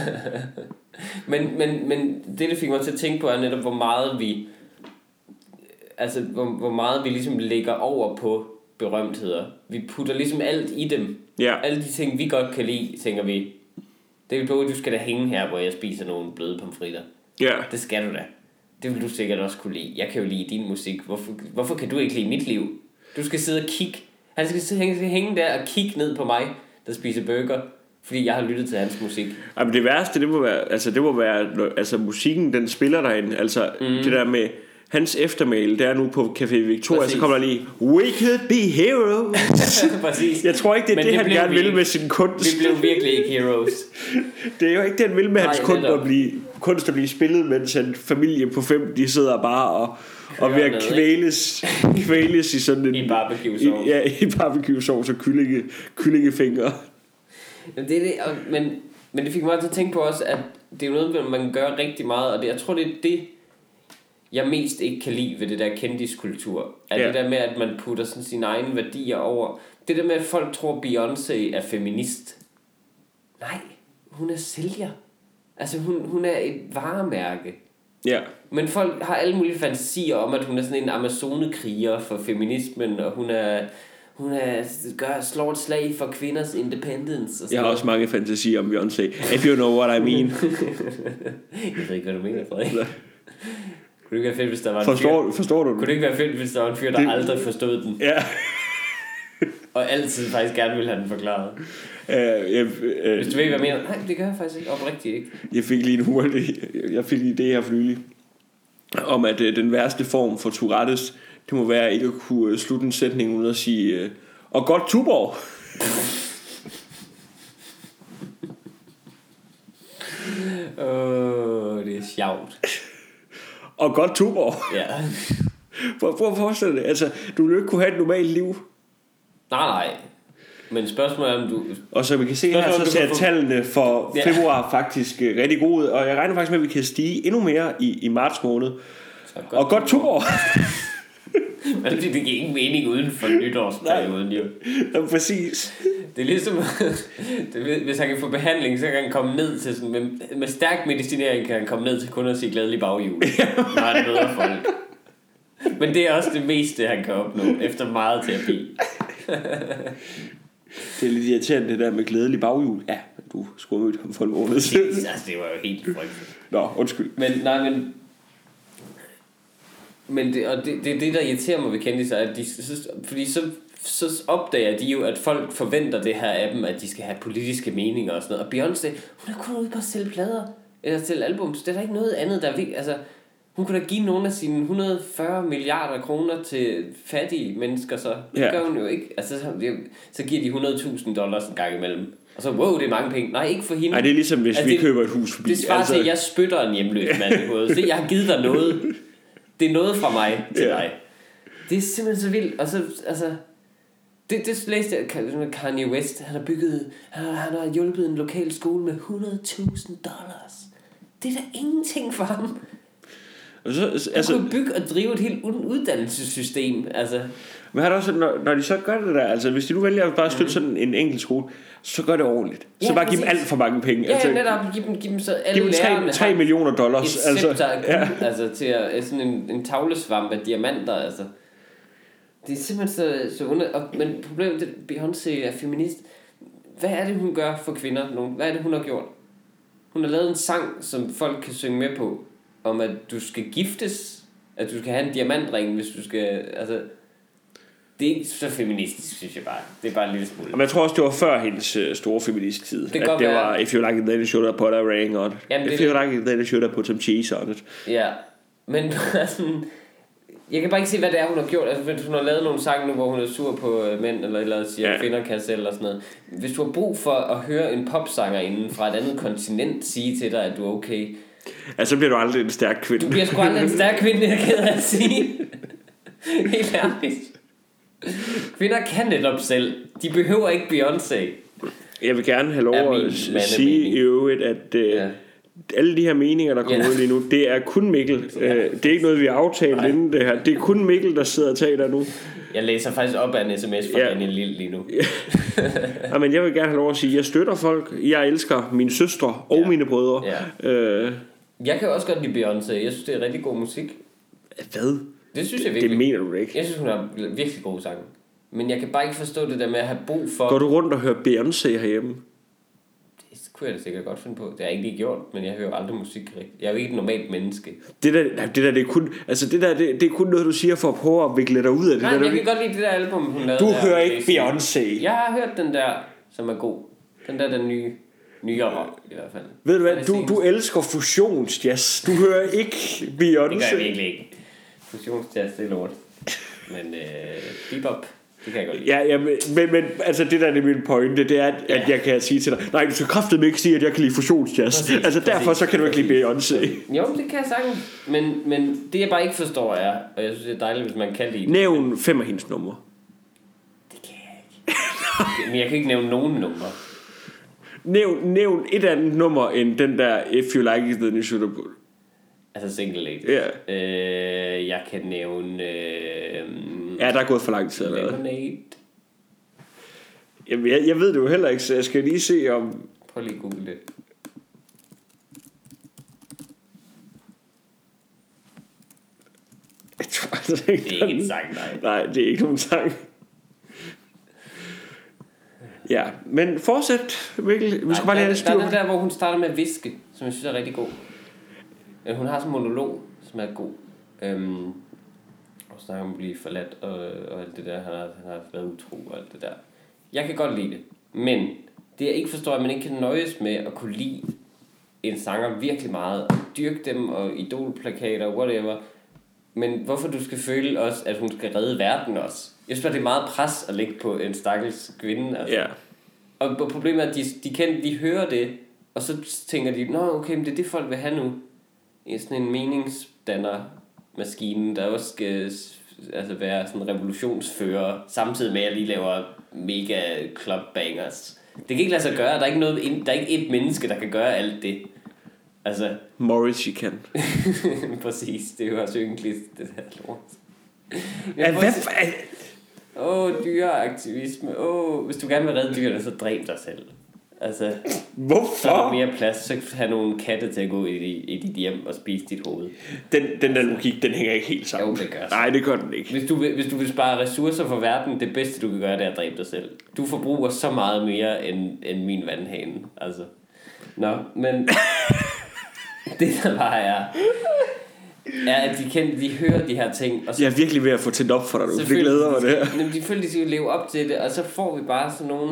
men det fik mig til at tænke på, er netop, hvor meget vi... Altså, hvor meget vi ligesom lægger over på berømtheder. Vi putter ligesom alt i dem. Alle de ting, vi godt kan lide, tænker vi. David Bowie, du skal da hænge her, hvor jeg spiser nogle bløde pomfritter. Det skal du da. Det vil du sikkert også kunne lide. Jeg kan jo lide din musik. Hvorfor kan du ikke lide mit liv? Du skal sidde og kigge. Han skal hænge der og kigge ned på mig, der spiser burger, fordi jeg har lyttet til hans musik. Jamen det værste, det må være, musikken, den spiller derinde. Altså, det der med... Hans eftermæle, det er nu på Café Victoria. Præcis. Så kommer der lige We could be heroes. Præcis. Jeg tror ikke, det er det han gerne vil med sin kunst. Vi blev virkelig ikke heroes. Det er jo ikke det han vil med hans kunst at blive spillet, mens en familie på 5, de sidder bare og ved at kvæles i sådan en i barbecue-sovs. I barbecue-sovs og kyllingefingre. Det er det, men det fik mig til at tænke på også, at det er jo noget, man gør rigtig meget, og jeg tror, det er det, jeg mest ikke kan lide ved det der kendiskultur. Det der med, at man putter sådan sine egne værdier over. Det der med, at folk tror, Beyoncé er feminist. Nej, hun er sælger. Altså, hun er et varemærke. Men folk har alle mulige fantasier om, at hun er sådan en amazonekriger for feminismen, og hun slår et slag for kvinders independence. Og jeg har også mange fantasier om Beyoncé. If you know what I mean. Jeg ved ikke, hvad du mener, Frederik. Kunne det ikke være fedt, hvis der var en fyr? Forstår du den? Kunne det ikke være fedt, hvis der var en fyr, der aldrig forstod den? Ja. Og altid faktisk gerne ville have den forklaret. Hvis du ved, hvad jeg mener. Nej, det gør jeg faktisk ikke. Oprigtigt ikke. Jeg fik lige en idé her for nylig. Om at den værste form for Tourettes, det må være ikke at kunne slutte en sætning uden at sige og godt Tuborg. Det er sjovt. Og godt Tuborg. Ja. Prøv at forestille dig. Altså, du vil jo ikke kunne have et normalt liv. Nej. Men spørgsmålet er, om du... Og så vi kan se her, så ser tallene for februar faktisk rigtig gode ud. Og jeg regner faktisk med, at vi kan stige endnu mere i marts måned. Og godt Tuborg. Men det giver ingen mening uden for nytårsperioden, jo. Ja, præcis. Det er ligesom, hvis han kan få behandling, så kan han komme ned til sådan, med stærk medicinering kan han komme ned til kun at sige glædelig baghjul. Når han møder folk. Men det er også det meste, han kan opnå, efter meget terapi. Det er lidt irriterende, det der med glædelig baghjul. Ja, du skulle møde ham for en måned siden. Altså, det var jo helt frygteligt. Nå, undskyld. Men det er det, der irriterer mig ved kendisser, at fordi så opdager de jo, at folk forventer det her af dem, at de skal have politiske meninger og sådan noget. Og Beyoncé, hun er kun ude på at sælge plader, eller sælge albums. Det er der ikke noget andet, der er vigtigt. Altså, hun kunne da give nogle af sine 140 milliarder kroner til fattige mennesker, så det gør hun jo ikke. Altså, så giver de $100,000 en gang imellem. Og så, wow, det er mange penge. Nej, ikke for hende. Nej, det er ligesom, hvis vi køber et hus forbi. Det svarer til, at jeg spytter en hjemløs mand i hovedet. Se, jeg har givet dig noget. Det er noget fra mig til dig. Det er simpelthen så vildt. Og så, altså... Det læste jeg, Kanye West, han har hjulpet en lokal skole med $100,000. Det er da ingenting for ham. Han kunne bygge og drive et helt uddannelsessystem. Altså. Men har det også, når de så gør det der, altså hvis de nu vælger at bare støtte sådan en enkelt skole, så gør det ordentligt. Så bare give dem alt for mange penge. Ja, altså, netop. Giv dem så alle lærerne $3 millioner. Altså til sådan en tavlesvamp af diamanter, altså. Det er simpelthen så men problemet er, at Beyoncé er feminist. Hvad er det, hun gør for kvinder? Hvad er det, hun har gjort? Hun har lavet en sang, som folk kan synge med på, om at du skal giftes, at du skal have en diamantring, hvis du skal... Altså, det er ikke så feministisk, synes jeg bare. Det er bare en lille smule. Men jeg tror også, det var før hendes store feministtid. Det var, if you like it, then you should have put a ring on it. If you like it, then you should have put some cheese on it. Ja, men sådan... Jeg kan bare ikke se, hvad det er, hun har gjort. Altså, hun har lavet nogle sange nu, hvor hun er sur på mænd, eller siger, at kvinder kan selv, og sådan noget. Hvis du har brug for at høre en popsanger inden fra et andet kontinent sige til dig, at du er okay... Altså, så bliver du aldrig en stærk kvinde. Du bliver sgu aldrig en stærk kvinde, jeg er ked af at sige. Helt ærligt. Kvinder kan netop selv. De behøver ikke Beyoncé. Jeg vil gerne have lov at sige i øvrigt, at... alle de her meninger, der kommer ud lige nu, det er kun Mikkel. Det er ikke noget, vi har aftalt inden det her. Det er kun Mikkel, der sidder og taler nu. Jeg læser faktisk op af en sms fra Daniel Lille lige nu. Ja, men jeg vil gerne have lov at sige, at jeg støtter folk. Jeg elsker mine søstre og mine brødre. Jeg kan også godt lide Beyoncé. Jeg synes, det er rigtig god musik. Hvad? Det synes jeg virkelig. Det mener du ikke. Jeg synes, hun har virkelig gode sange. Men jeg kan bare ikke forstå det der med at have brug for... Går du rundt og hører Beyoncé herhjemme? Det kunne jeg da sikkert godt finde på. Det har jeg ikke lige gjort, men jeg hører aldrig musik rigtigt. Jeg er jo ikke et normalt menneske. Det er kun, altså det er kun noget, du siger for at prøve at vikle dig ud af det. Nej, jeg kan godt lide det der album, hun lavede. Du hører ikke Beyoncé. Jeg har hørt den der, som er god. Den nyere i hvert fald. Ved du hvad, du elsker fusionsjazz. Du hører ikke Beyoncé. Det gør jeg virkelig ikke. Fusionsjazz, det er lort. Men bebop, det kan jeg godt lide. Ja, men altså det der er min pointe, det er, at jeg kan sige til dig, nej, du skal kraftedeme ikke sige, at jeg kan lide fusionsjazz. Præcis. Derfor så kan du ikke lide Beyoncé. Jo, det kan jeg sagtens. Men det jeg bare ikke forstår er, og jeg synes det er dejligt, hvis man kan lide det. Nævn 5 af hendes numre. Det kan jeg ikke. Men jeg kan ikke nævne nogen numre. Nævn et andet nummer end den der If You Like It Then You Should Have Put. Altså Single Lady. Ja. Jeg kan nævne ja, der er gået for lang tid allerede. Lemonade. Jamen, jeg ved det jo heller ikke, så jeg skal lige se om... Prøv lige at google det. Jeg tror altså ikke, det er ikke en sang, nej. Nej, det er ikke nogen sang. Ja, men fortsæt, Mikkel. Vi skal bare lige have det styr. Der er den der, hvor hun starter med at viske, som jeg synes er rigtig god. Hun har sådan en monolog, som er god. Og snakker om at blive forladt og alt det der. Han har været utro og alt det der. Jeg kan godt lide det. Men det jeg ikke forstår, at man ikke kan nøjes med at kunne lide en sanger virkelig meget. Og dyrke dem og idolplakater, whatever. Men hvorfor du skal føle også, at hun skal redde verden også? Jeg synes bare, det er meget pres at lægge på en stakkels kvinde. Altså. Yeah. Og problemet er, at de hører det, og så tænker de, nå okay, men det er det folk vil have nu. I sådan en meningsdannermaskine, der også skal være sådan en revolutionsfører, samtidig med at jeg lige laver mega club bangers. Det kan ikke lade sig gøre. Der er ikke et menneske, der kan gøre alt det. Altså Morrissey kan. Præcis, det er jo også ynkeligt, det der lort. Hvad? Dyreaktivisme. Hvis du gerne vil redde dyrene, så dræb dig selv. Altså, hvorfor? Så er der mere plads, så have nogle katte til at gå i dit hjem og spise dit hoved. Den der logik, den hænger ikke helt sammen. Jo, det gør. Nej, det gør den ikke. Hvis du vil spare ressourcer for verden, det bedste du kan gøre, det er at dræbe dig selv. Du forbruger så meget mere end min vandhane. Altså. Nå, men det der bare er at de hører de her ting. Og så, jeg er virkelig ved at få tændt op for dig nu. Det glæder mig det her. De føler, de skal leve op til det, og så får vi bare sådan nogen,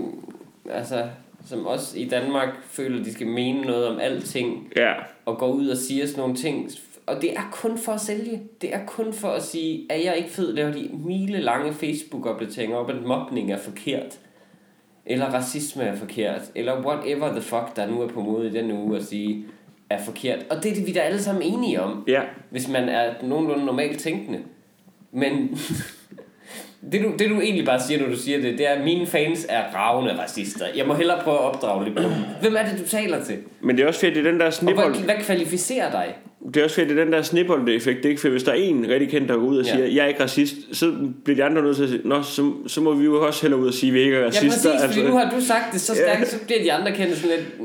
som også i Danmark føler, at de skal mene noget om alting, og går ud og siger sådan nogle ting. Og det er kun for at sælge. Det er kun for at sige, at jeg ikke fed, laver de milelange Facebook-opdateringer op, at mobning er forkert, eller racisme er forkert, eller whatever the fuck, der nu er på mode i den uge at sige, er forkert. Og det er vi da alle sammen enige om, hvis man er nogenlunde normalt tænkende. Men det du egentlig bare siger, når du siger det, det er, at mine fans er ravne racister. Jeg må hellere prøve at opdrage lidt på dem. Hvem er det, du taler til? Men det er også fedt, det er den der snibbold. Hvad kvalificerer dig? Det er også fedt, det er den der snibbold-effekt. Det er ikke fedt, hvis der er en rigtig kendt, der går ud og siger, jeg er ikke racist, så bliver de andre nødt til at sige, nå, så må vi jo også hellere ud og sige, at vi ikke er racister. Ja, præcis, fordi nu har du sagt det så stærkt, så bliver de andre kendt sådan lidt,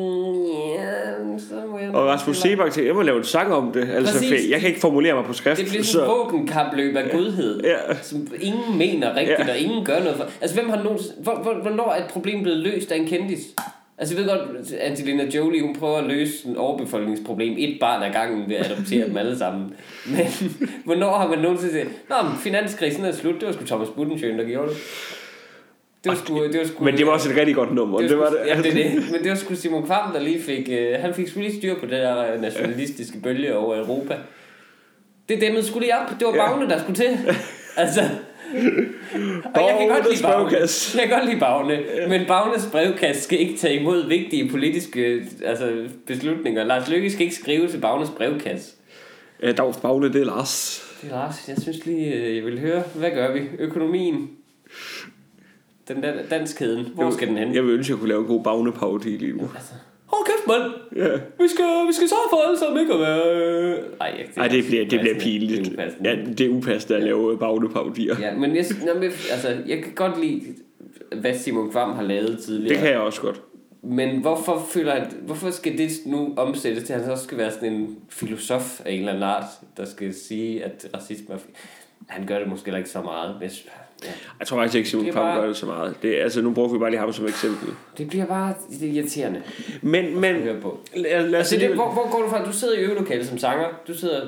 og Rasmus Seebach tænkte, jeg må lave en sang om det. Altså, jeg kan ikke formulere mig på skrift. Det bliver sådan et våbenkapløb af godhed, som ingen mener rigtigt, og ingen gør noget for. Altså, hvem har nogen... Hvornår er et problem blevet løst af en kendis? Altså, jeg ved godt, Angelina Jolie, hun prøver at løse en overbefolkningsproblem. Et barn ad gangen ved at adoptere dem alle sammen. Men hvornår har man nogensinde sagt, nå, finanskrisen er slut, det var sgu Thomas Budensjøen, der gjorde det. Det var sgu, men det var også et rigtig godt nummer. Det var det. Men det var sgu Simon Kvam, der lige fik... han fik sgu lige styr på det der nationalistiske bølge over Europa. Det dæmmede sgu lige op. Det var Bagne, der skulle til. Altså... Og jeg kan godt lide Bagne. Men Bagnes brevkast skal ikke tage imod vigtige politiske beslutninger. Lars Løkke skal ikke skrive til Bagnes brevkast. Dags Bagne, det er Lars. Det er Lars. Jeg synes lige, jeg vil høre, hvad gør vi? Økonomien. Den der danskheden. Hvor skal den hen? Jeg vil ønske, at jeg kunne lave en god Bagne-parodi lige nu. Hold kæft, mand! Yeah. Vi skal sørge for alle sammen ikke at være... det bliver pinligt. Det er upassende at lave Bagne-parodier. Ja, men jeg kan godt lide, hvad Simon Kvam har lavet tidligere. Det kan jeg også godt. Men hvorfor skal det nu omsættes til, at han også skal være sådan en filosof af en eller anden art, der skal sige, at racisme er... Han gør det måske heller ikke så meget. Jeg tror faktisk ikke, Simon Kvam gør det så meget. Nu bruger vi bare lige ham som eksempel. Det bliver bare irriterende. Men lad os hvor går du fra? Du sidder i øvelokalet som sanger. Du sidder...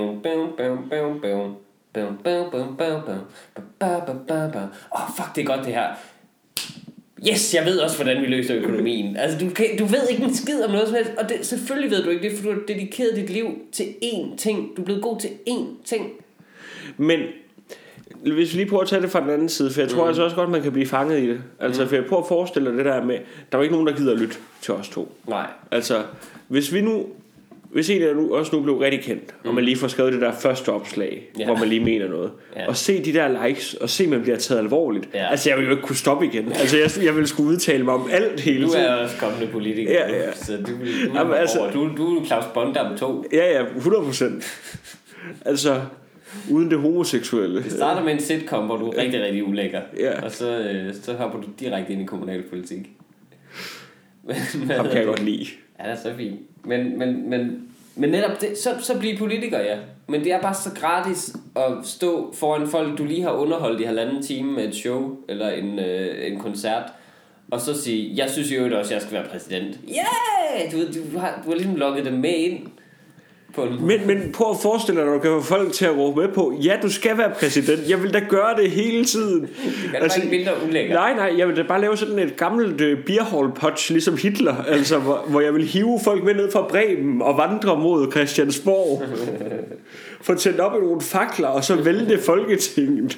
fuck, det er godt det her. Yes, jeg ved også, hvordan vi løser økonomien. Altså, du ved ikke en skid om noget som helst. Og selvfølgelig ved du ikke det, for du har dedikeret dit liv til én ting. Du er blevet god til én ting. Men hvis vi lige prøver at tage det fra den anden side, for jeg tror altså også godt, man kan blive fanget i det. Altså, for jeg prøver at forestille dig det der med, der er jo ikke nogen, der gider at lytte til os to. Nej. Altså, hvis en af os nu blev rigtig kendt, og man lige får skrevet det der første opslag, hvor man lige mener noget, og se de der likes, og se, man bliver taget alvorligt. Altså, jeg vil jo ikke kunne stoppe igen. Altså, jeg vil skulle udtale mig om alt hele tiden. Du er også kommende politiker, så du er Claus Bondam 2. Ja, 100%. Altså... uden det homoseksuelle. Det starter med en sitcom, hvor du er rigtig, rigtig ulækker. Og så hopper du direkte ind i kommunalpolitik. Ham kan jeg godt lide. Ja, det er så fint. Men netop det, så bliver politiker, ja. Men det er bare så gratis at stå foran folk, du lige har underholdt i 1,5 time med et show eller en koncert, og så sige, jeg synes jo også, jeg skal være præsident. Yeah! Du har ligesom lukket dem med ind. Men prøv at forestille dig, at du kan få folk til at råbe med på, ja, du skal være præsident. Jeg vil da gøre det hele tiden. Det kan altså, bare ikke mindre ulækkert. Nej, jeg vil da bare lave sådan et gammelt beerhall-potch, ligesom Hitler. Altså, hvor jeg vil hive folk med ned fra Bremen og vandre mod Christiansborg. Få tændt op i nogle fakler, og så vælte Folketinget.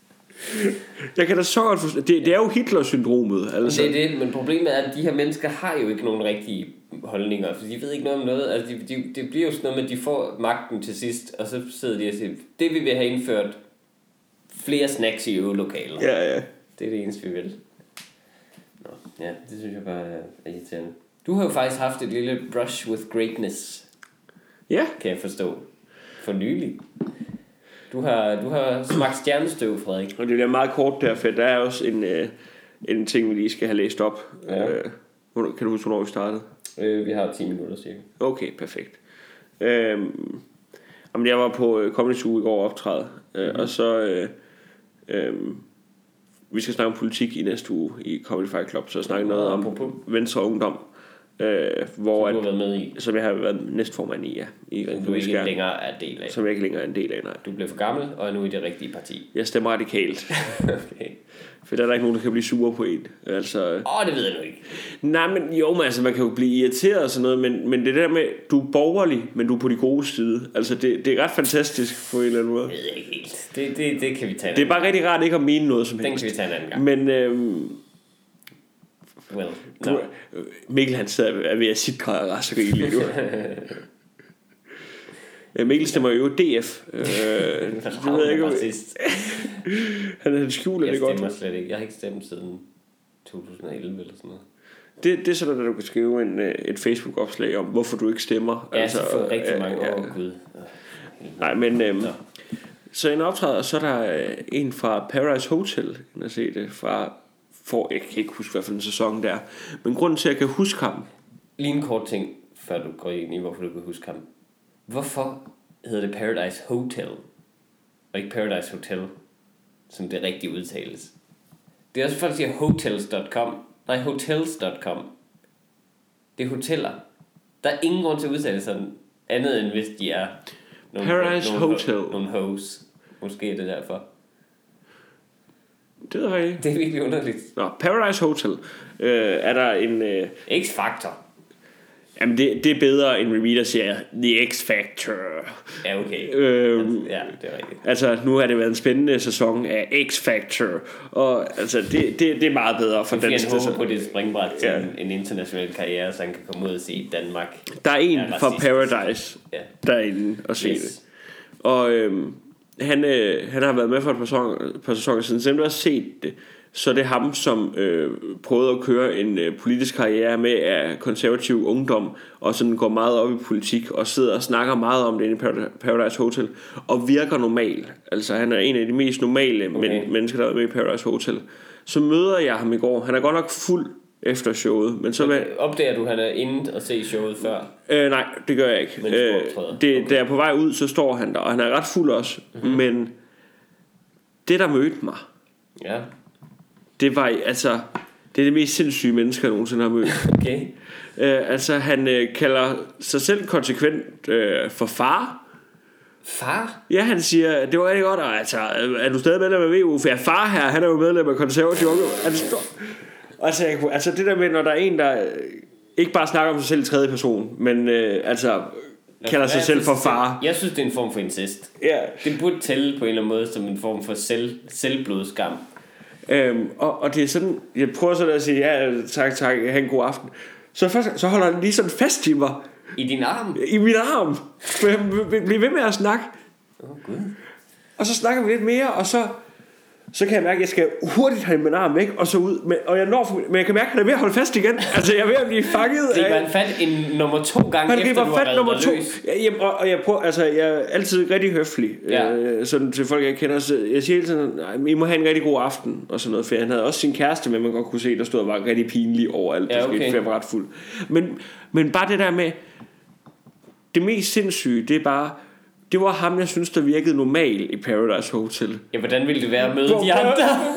Jeg kan da så godt forstå. Det er jo Hitler-syndromet. Altså. Det er det, men problemet er, at de her mennesker har jo ikke nogen rigtige holdninger, for de ved ikke noget om noget. Altså, det bliver jo sådan noget med, at de får magten til sidst, og så sidder de og siger, det vi vil have indført flere snacks i øvelokaler. Ja. Det er det eneste, vi vil. Nå, ja, det synes jeg bare er irriterende. Du har jo faktisk haft et lille brush with greatness. Ja. Kan jeg forstå. For nylig. Du har smagt stjernestøv, Frederik. Og det bliver meget kort der, for der er også en ting, vi lige skal have læst op. Ja. Kan du huske, hvornår vi startede? Vi har 10 minutter, cirka. Okay, perfekt. Jeg var på Comedy Zoo i går optræde, og så vi skal snakke om politik i næste uge i Comedy Fight Club, så snakke noget om Venstre Ungdom, hvor som du har været med i, som jeg har været næstformand i, ja, i som du ikke længere er del af. Som jeg ikke længere er en del af, nej. Du blev for gammel og er nu i det rigtige parti. Jeg stemmer radikalt. Okay. For der er ikke nogen, der kan blive sure på en. Altså, det ved jeg nu ikke. Nej, men jo, men altså, man kan jo blive irriteret og sådan noget, men det der med, du er borgerlig, men du er på de gode side. Altså, det er ret fantastisk på en eller anden måde. Det ved jeg ikke helt. Det kan vi tage. Det er bare rigtig rart ikke at mene noget som helst. Den kan vi tage en anden gang. Men Mikkel, han sidder ved at sidde og rasse rigeligt nu. Mikkel stemmer jo DF. Det ved jeg ikke. Han skjuler det godt. Jeg stemmer slet ikke. Jeg har ikke stemt siden 2011 eller sådan noget. Det er sådan, at du kan skrive et Facebook-opslag om, hvorfor du ikke stemmer. Ja, altså, for rigtig mange år. Gud. Nej, men så en optræder, så er der en fra Paradise Hotel, jeg har set det fra. Jeg kan ikke huske, hvad for en sæson der. Men grunden til, at jeg kan huske ham. Lige en kort ting, før du går ind i, hvorfor du kan huske ham. Hvorfor hedder det Paradise Hotel, og ikke Paradise Hotel, som det rigtigt udtales? Det er også folk, der siger hotels.com. Nej, hotels.com. Det er hoteller. Der er ingen grund til at udtale sådan, andet end hvis de er Paradise Hotel. Nogle hoes. Måske er det derfor. Det er rigtigt. Det er virkelig underligt. Paradise Hotel. Er der en X-Factor. Jamen det er bedre end Remy, der siger The X-Factor. Ja, okay. Ja, det er rigtigt. Altså nu har det været en spændende sæson af X-Factor. Og altså det er meget bedre for den sæson. Han håber på det springbræt til en international karriere, så han kan komme ud og se Danmark. Der er en fra Paradise derinde og se det. Og han har været med for et par sæsoner siden. Så du har set det, så det er ham, som prøvede at køre en politisk karriere med af konservativ ungdom, og sådan går meget op i politik, og sidder og snakker meget om det inde i Paradise Hotel, og virker normal. Altså han er en af de mest normale mennesker, der er med i Paradise Hotel. Så møder jeg ham i går. Han er godt nok fuld efter showet, men så opdager du, han er inde og se showet før? Nej, det gør jeg ikke. Da jeg er på vej ud, så står han der, og han er ret fuld også. Men det, der mødte mig, det var altså, det er det mest sindssyge mennesker, jeg nogensinde har mødt. Okay. Altså han kalder sig selv konsekvent for far. Far? Ja, han siger, det var rigtig godt. Og altså, er du stadig medlem af VU? For far her, han er jo medlem af konservativ ungdom. Altså det der med, når der er en, der ikke bare snakker om sig selv i tredje person, men kalder sig selv for far. Jeg synes, det er en form for incest. Ja. Det burde tælle på en eller anden måde som en form for selvblodskam. Og det er sådan, jeg prøver sådan at sige, ja, tak, have en god aften. Så holder han lige sådan fast i mig. I din arm? I min arm. For jeg bliver ved med at snakke. Gud. Og så snakker vi lidt mere, og så kan jeg mærke, at jeg skal hurtigt have min arm væk, og så ud. Men jeg kan mærke, at han er ved at holde fast igen. Altså, jeg er ved at blive fanget. Det var en fat en nummer 2 gang efter, du har reddet dig løs. Jamen, og jeg prøver, altså, jeg er altid rigtig høflig. Sådan til folk, jeg kender. Så jeg siger hele tiden, I må have en rigtig god aften, og sådan noget. For han havde også sin kæreste med, man godt kunne se, der stod og var rigtig pinlig over alt. Ja, okay. Det skete, ret fuld. Men bare det der med, det mest sindssyge, det er bare, det var ham, jeg synes, der virkede normal i Paradise Hotel. Ja, hvordan ville det være at møde de andre?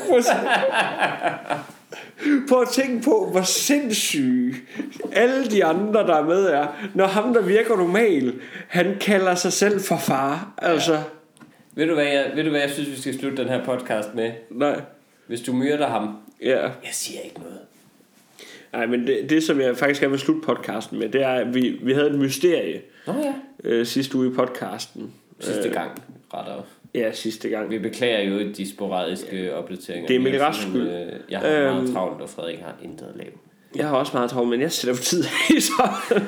Prøv at tænke på, hvor sindssyge alle de andre, der er med, er. Når ham, der virker normal, han kalder sig selv for far. Altså. Ved du, hvad jeg synes, vi skal slutte den her podcast med? Nej. Hvis du myrder ham. Ja. Jeg siger ikke noget. Nej, men det som jeg faktisk gerne vil slutte podcasten med, det er, at vi havde et mysterie sidste uge i podcasten. Sidste gang, rettere. Ja, sidste gang. Vi beklager jo de sporadiske opdateringer. Det er Mikkel Rasks skyld. Jeg har meget travlt, og Frederik har intet at lave. Jeg har også meget travlt, men jeg sætter for tid af så.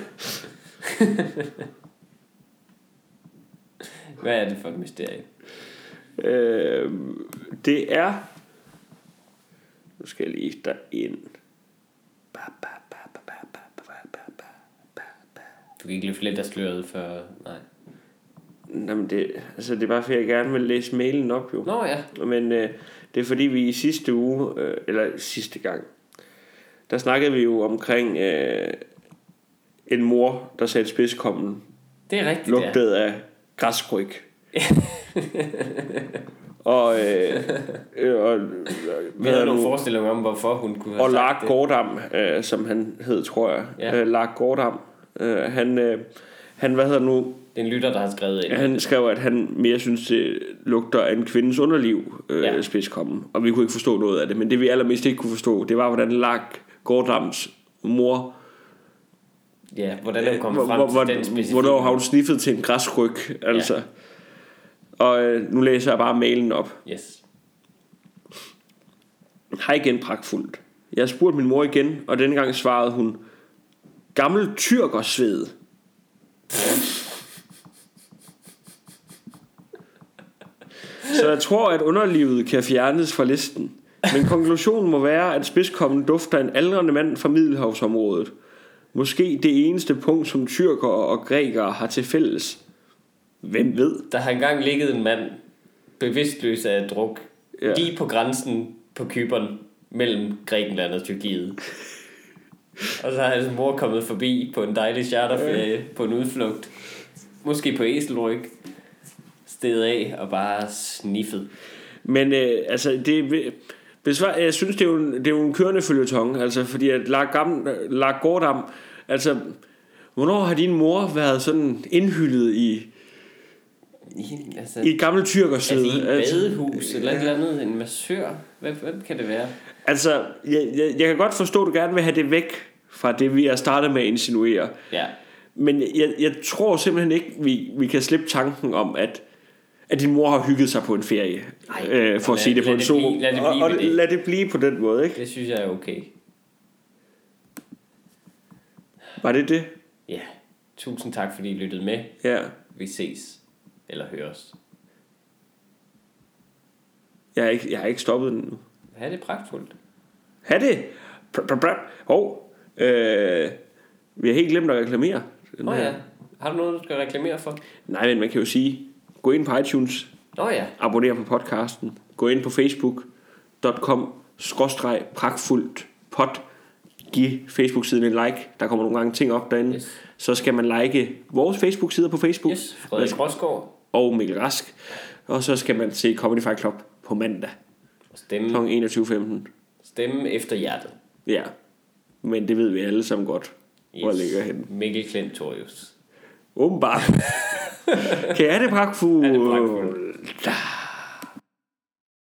Hvad er det for et mysterie? Det er... Nu skal jeg lige derind. Du kan ikke løfte lidt af sløret før... Nej. Jamen det er bare fordi jeg gerne vil læse mailen op jo. Nå ja. Men det er fordi vi i sidste uge, eller sidste gang, der snakkede vi jo omkring en mor, der satte spidskommen. Det er rigtigt, lugtede af græsryg. og vi havde nogle forestillinger om, hvorfor hun kunne have og sagt Lark Gårdam, som han hed, tror jeg. Ja. Lark Gårdam. Han, hvad hedder nu? Det er en lytter, der har skrevet ind. Han skrev, at han mere synes, det lugter af en kvindes underliv, spidskommen. Og vi kunne ikke forstå noget af det. Men det vi allermest ikke kunne forstå, det var, hvordan Lark Gårdams mor... Ja, hvordan er kommet frem til den specifikke... Hvornår har hun sniffet til en græsryg, altså. Ja. Og nu læser jeg bare mailen op. Yes. Hej igen, pragtfuldt. Jeg har spurgt min mor igen, og denne gang svarede hun: gammel tyrkersved. Så jeg tror, at underlivet kan fjernes fra listen. Men konklusionen må være, at spidskommen dufter en aldrende mand fra Middelhavsområdet. Måske det eneste punkt, som tyrkere og grækere har til fælles. Hvem ved? Der har engang ligget en mand bevidstløs af druk lige på grænsen på Cypern mellem Grækenland og Tyrkiet. Og så har hans mor kommet forbi på en dejlig charterferie på en udflugt. Måske på æselryg. Stedet af og bare sniffet. Men altså jeg synes det er jo en kørende føljeton, altså fordi at Lark Gårdam, altså hvornår har din mor været sådan indhyllet i et gammelt tyrkersved? Altså i et badehus eller et eller andet, en massør. Hvem kan det være? Altså jeg kan godt forstå, at du gerne vil have det væk fra det vi er startet med at insinuere. Ja. Men jeg tror simpelthen ikke vi kan slippe tanken om at din mor har hygget sig på en ferie. For at sige det på en solo. Lad det blive på den måde, ikke? Det synes jeg er okay. Var det det? Ja. Tusind tak fordi I lyttede med. Ja. Vi ses. Eller høres. Jeg har ikke stoppet den nu. Ha' det pragtfuldt. Ha' det. Vi har helt glemt at reklamere. Ja. Har du noget du skal reklamere for? Nej, men man kan jo sige, gå ind på iTunes. Abonner på podcasten. Gå ind på facebook.com/pragtfuldtpod. Giv Facebook-siden en like. Der kommer nogle gange ting op derinde. Yes. Så skal man like vores Facebook-sider på Facebook. Yes, Frederik Rosgaard og Mikkel Rask. Og så skal man se Comedy Fight Club på mandag. Stemme kl. 21:15. Stemme efter hjertet. Ja. Men det ved vi alle sammen godt. Hvor ligger henne. Mikkel Klentorius. Åbenbart. Kan jeg det pragtfuldt?